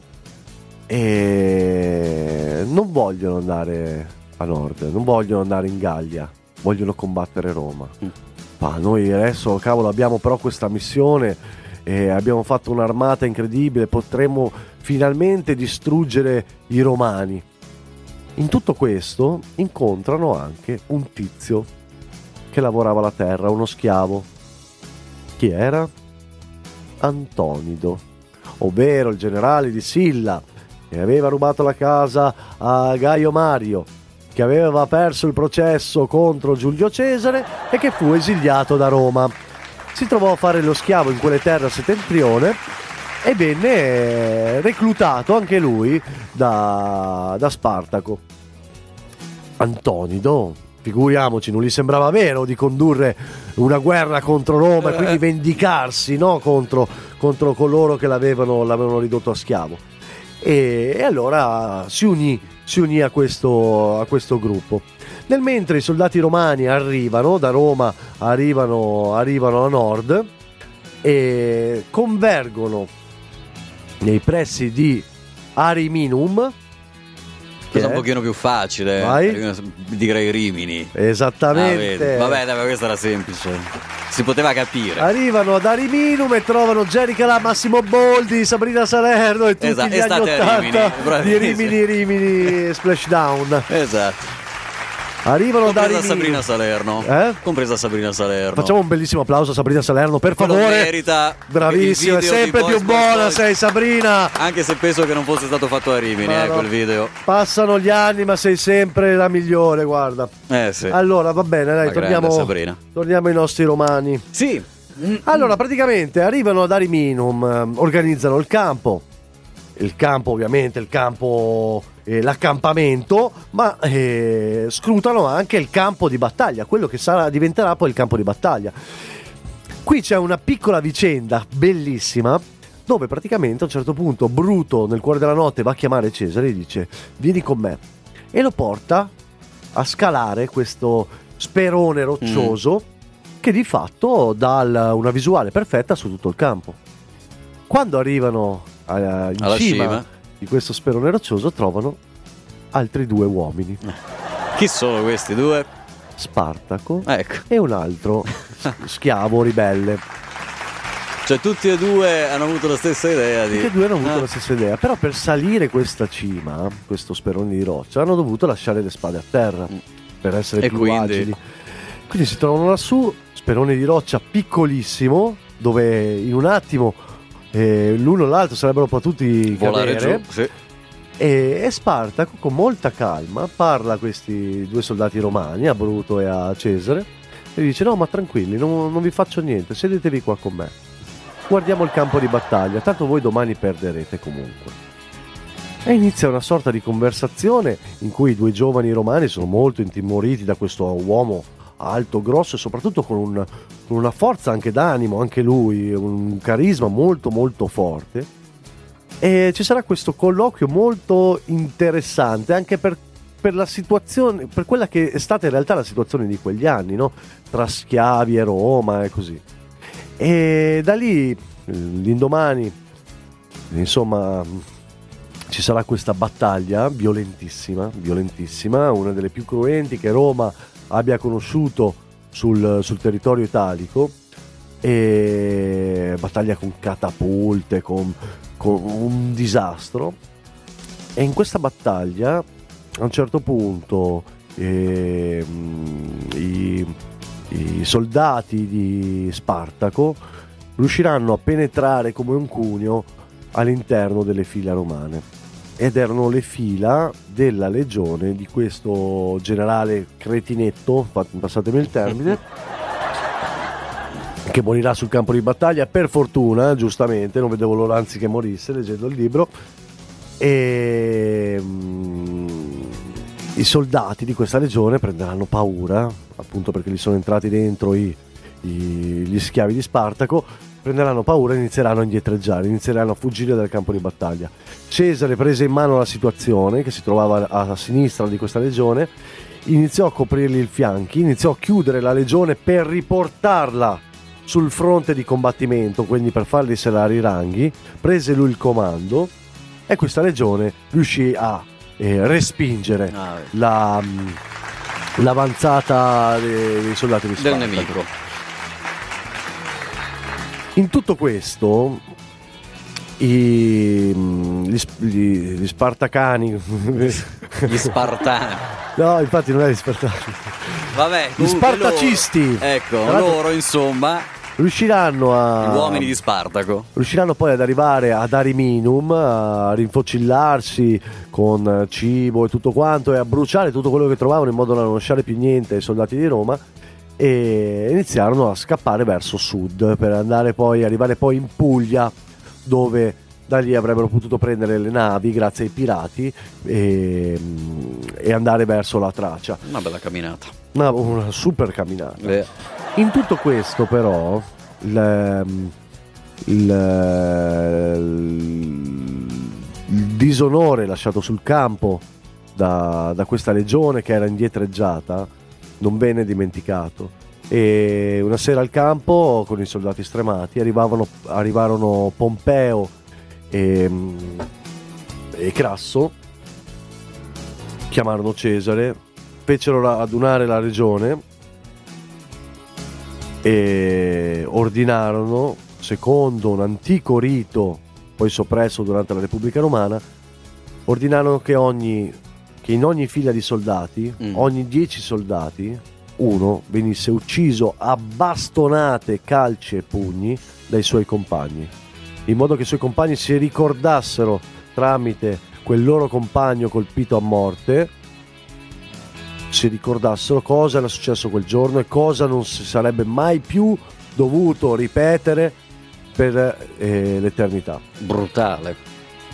e non vogliono andare a nord, non vogliono andare in Gallia, vogliono combattere Roma. Mm. Ma noi adesso, cavolo, abbiamo però questa missione e abbiamo fatto un'armata incredibile, potremmo finalmente distruggere i romani. In tutto questo incontrano anche un tizio che lavorava la terra, uno schiavo. Chi era? Antonido, ovvero il generale di Silla, che aveva rubato la casa a Gaio Mario, che aveva perso il processo contro Giulio Cesare e che fu esiliato da Roma. Si trovò a fare lo schiavo in quelle terre a settentrione e venne reclutato anche lui da, da Spartaco. Antonido, figuriamoci, non gli sembrava vero di condurre una guerra contro Roma e quindi vendicarsi, no? contro, contro coloro che l'avevano, l'avevano ridotto a schiavo. E, e allora si unì, si unì a, questo, a questo gruppo. Nel mentre i soldati romani arrivano da Roma, arrivano, arrivano a nord e convergono nei pressi di Ariminum,
Cosa
è?
un pochino più facile.
Vai.
Direi Rimini.
Esattamente.
Ah, vabbè, dai, ma questa era semplice. Si poteva capire.
Arrivano ad Ariminum e trovano Jerry Calà, Massimo Boldi, Sabrina Salerno e tutti
Esatto,
gli anni
estate a
ottanta
Rimini,
di
bravissimo.
Rimini, Rimini, Splashdown.
Esatto.
Arrivano da
Compresa
Rimini.
Sabrina Salerno.
Eh?
Compresa Sabrina Salerno.
Facciamo un bellissimo applauso a Sabrina Salerno, per
Quello
favore.
merita.
Bravissima,
Il video
sempre
di
più
Boys,
buona
Boys,
sei Sabrina.
Anche se penso che non fosse stato fatto a Rimini,
Ma
eh,
no.
quel video.
Passano gli anni, ma sei sempre la migliore, guarda.
Eh sì.
Allora, va bene, dai,
La grande
torniamo,
Sabrina.
torniamo ai nostri romani.
Sì.
Allora, praticamente arrivano ad Ariminum, ehm, organizzano il campo. Il campo, ovviamente, il campo, eh, l'accampamento, ma eh, scrutano anche il campo di battaglia, quello che sarà, diventerà poi il campo di battaglia. Qui c'è una piccola vicenda bellissima, dove praticamente a un certo punto Bruto, nel cuore della notte, va a chiamare Cesare e dice: vieni con me, e lo porta a scalare questo sperone roccioso mm. che di fatto dà una visuale perfetta su tutto il campo. Quando arrivano uh, in
alla
cima,
cima
di questo sperone roccioso, trovano altri due uomini,
chi sono questi due?
Spartaco
Ecco,
e un altro schiavo ribelle.
cioè tutti e due hanno avuto la stessa idea di...
Tutti e due hanno avuto
Ah.
la stessa idea, però per salire questa cima, questo sperone di roccia, hanno dovuto lasciare le spade a terra per essere
E
più
quindi?
agili. Quindi si trovano lassù, sperone di roccia piccolissimo, dove in un attimo eh, l'uno e l'altro sarebbero potuti
volare
cadere.
giù, sì.
E, e Spartaco con molta calma parla a questi due soldati romani, a Bruto e a Cesare, e dice: no, ma tranquilli, non, non vi faccio niente, sedetevi qua con me, guardiamo il campo di battaglia, tanto voi domani perderete comunque. E inizia una sorta di conversazione in cui i due giovani romani sono molto intimoriti da questo uomo alto, grosso e soprattutto con, un, con una forza anche d'animo, anche lui, un carisma molto molto forte. E ci sarà questo colloquio molto interessante anche per, per la situazione, per quella che è stata in realtà la situazione di quegli anni, no? Tra schiavi e Roma e così. E da lì, l'indomani, insomma, ci sarà questa battaglia violentissima, violentissima, una delle più cruenti che Roma abbia conosciuto sul, sul territorio italico, e battaglia con catapulte, con, con un disastro. E in questa battaglia a un certo punto eh, i, i soldati di Spartaco riusciranno a penetrare come un cugno all'interno delle fila romane, ed erano le fila della legione di questo generale cretinetto, passatemi il termine, che morirà sul campo di battaglia, per fortuna, giustamente, non vedevo l'ora anzi che morisse leggendo il libro. E um, i soldati di questa legione prenderanno paura, appunto perché gli sono entrati dentro i, i, gli schiavi di Spartaco, prenderanno paura e inizieranno a indietreggiare, inizieranno a fuggire dal campo di battaglia. Cesare prese in mano la situazione, che si trovava a, a sinistra di questa legione, iniziò a coprirgli i fianchi, iniziò a chiudere la legione per riportarla sul fronte di combattimento, quindi per fargli serrare i ranghi. Prese lui il comando e questa legione riuscì a eh, respingere
Ah,
la, mh, l'avanzata dei, dei soldati di Spartaco.
del nemico.
In tutto questo i, mh, gli, gli, gli spartacani
Gli spartani.
no, infatti non è gli spartacani,
Vabbè,
gli
comunque
spartacisti,
loro- ecco,
Tra l'altro-
loro insomma,
riusciranno a
gli uomini di Spartaco.
riusciranno poi ad arrivare ad Ariminum, a rinfocillarsi con cibo e tutto quanto, e a bruciare tutto quello che trovavano in modo da non lasciare più niente ai soldati di Roma, e iniziarono a scappare verso sud per andare poi arrivare poi in Puglia, dove da lì avrebbero potuto prendere le navi grazie ai pirati e, e andare verso la Tracia.
Una bella camminata.
Una, una super camminata.
Eh,
In tutto questo però il, il, il disonore lasciato sul campo da, da questa legione che era indietreggiata non venne dimenticato, e una sera al campo con i soldati stremati arrivavano, arrivarono Pompeo e, e Crasso, chiamarono Cesare, fecero radunare la regione e ordinarono, secondo un antico rito poi soppresso durante la Repubblica Romana, ordinarono che ogni che in ogni fila di soldati, mm. ogni dieci soldati, uno venisse ucciso a bastonate, calci e pugni dai suoi compagni, in modo che i suoi compagni si ricordassero tramite quel loro compagno colpito a morte, si ricordassero cosa era successo quel giorno e cosa non si sarebbe mai più dovuto ripetere per eh, l'eternità.
Brutale.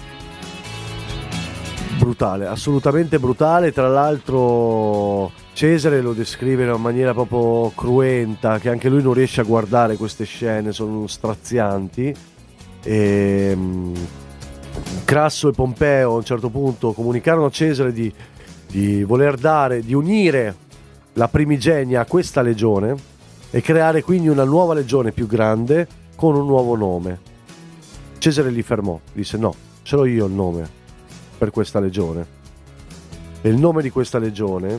Brutale, assolutamente brutale. Tra l'altro Cesare lo descrive in una maniera proprio cruenta, che anche lui non riesce a guardare queste scene, sono strazianti. E Crasso e Pompeo a un certo punto comunicarono a Cesare di, di voler dare, di unire la primigenia a questa legione e creare quindi una nuova legione più grande con un nuovo nome. Cesare li fermò, disse no, ce l'ho io il nome per questa legione, e il nome di questa legione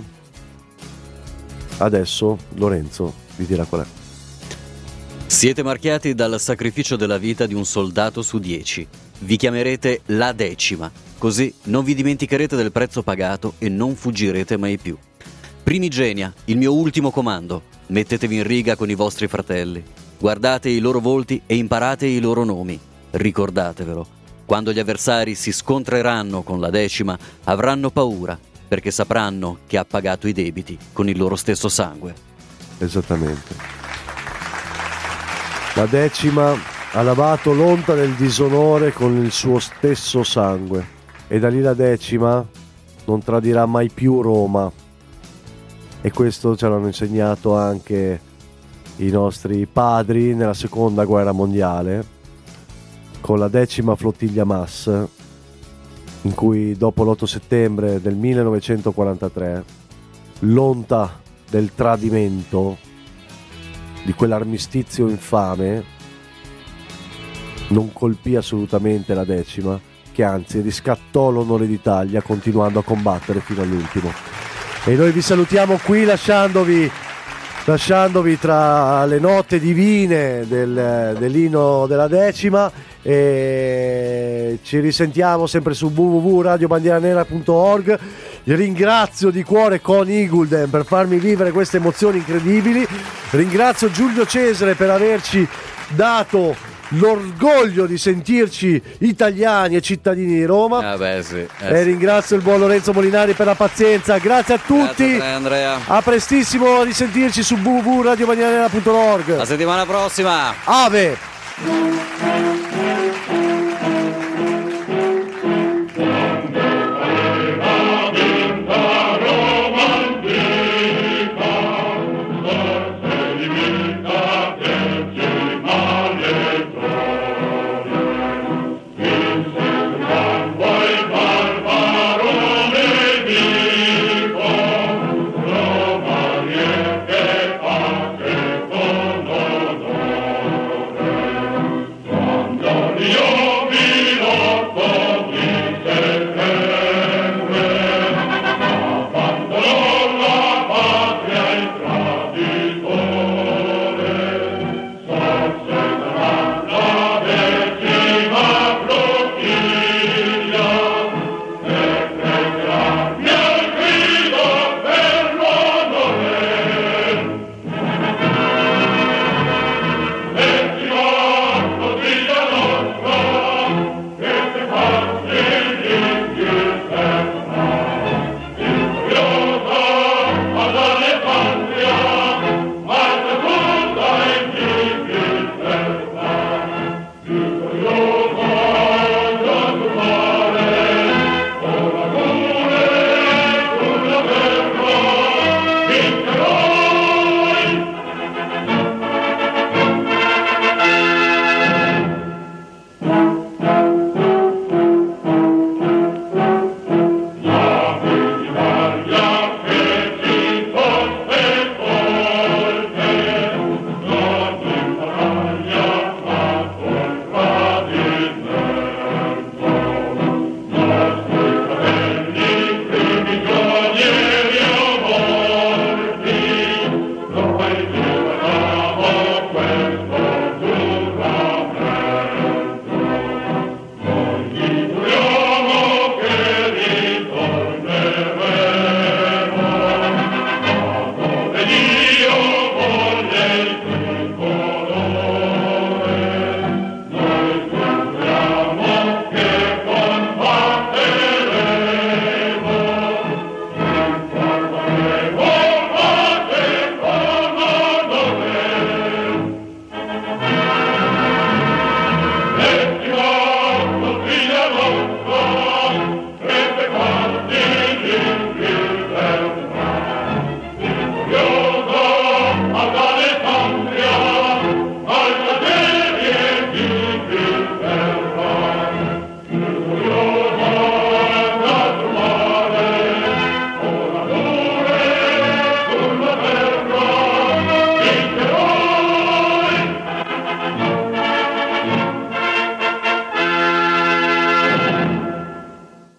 adesso Lorenzo vi dirà qual è.
Siete marchiati dal sacrificio della vita di un soldato su dieci. Vi chiamerete la decima, così non vi dimenticherete del prezzo pagato e non fuggirete mai più. Primigenia, il mio ultimo comando. Mettetevi in riga con i vostri fratelli. Guardate i loro volti e imparate i loro nomi. Ricordatevelo. Quando gli avversari si scontreranno con la decima, avranno paura, perché sapranno che ha pagato i debiti con il loro stesso sangue.
Esattamente. La decima ha lavato l'onta del disonore con il suo stesso sangue, e da lì la decima non tradirà mai più Roma. E questo ce l'hanno insegnato anche i nostri padri nella seconda guerra mondiale, con la decima flottiglia Mass, in cui dopo l'otto settembre del millenovecentoquarantatré l'onta del tradimento, di quell'armistizio infame, non colpì assolutamente la decima, che anzi riscattò l'onore d'Italia continuando a combattere fino all'ultimo. E noi vi salutiamo qui lasciandovi lasciandovi tra le note divine del, dell'inno della decima, e ci risentiamo sempre su w w w punto radio bandiera nera punto org. Ringrazio di cuore Connie Igulden per farmi vivere queste emozioni incredibili. Ringrazio Giulio Cesare per averci dato l'orgoglio di sentirci italiani e cittadini di Roma.
Ah beh, sì, eh
e
sì.
Ringrazio il buon Lorenzo Molinari per la pazienza. Grazie a tutti.
Grazie Andrea.
A prestissimo, risentirci su w w w punto radio bandiera nera punto org.
La settimana prossima.
Ave.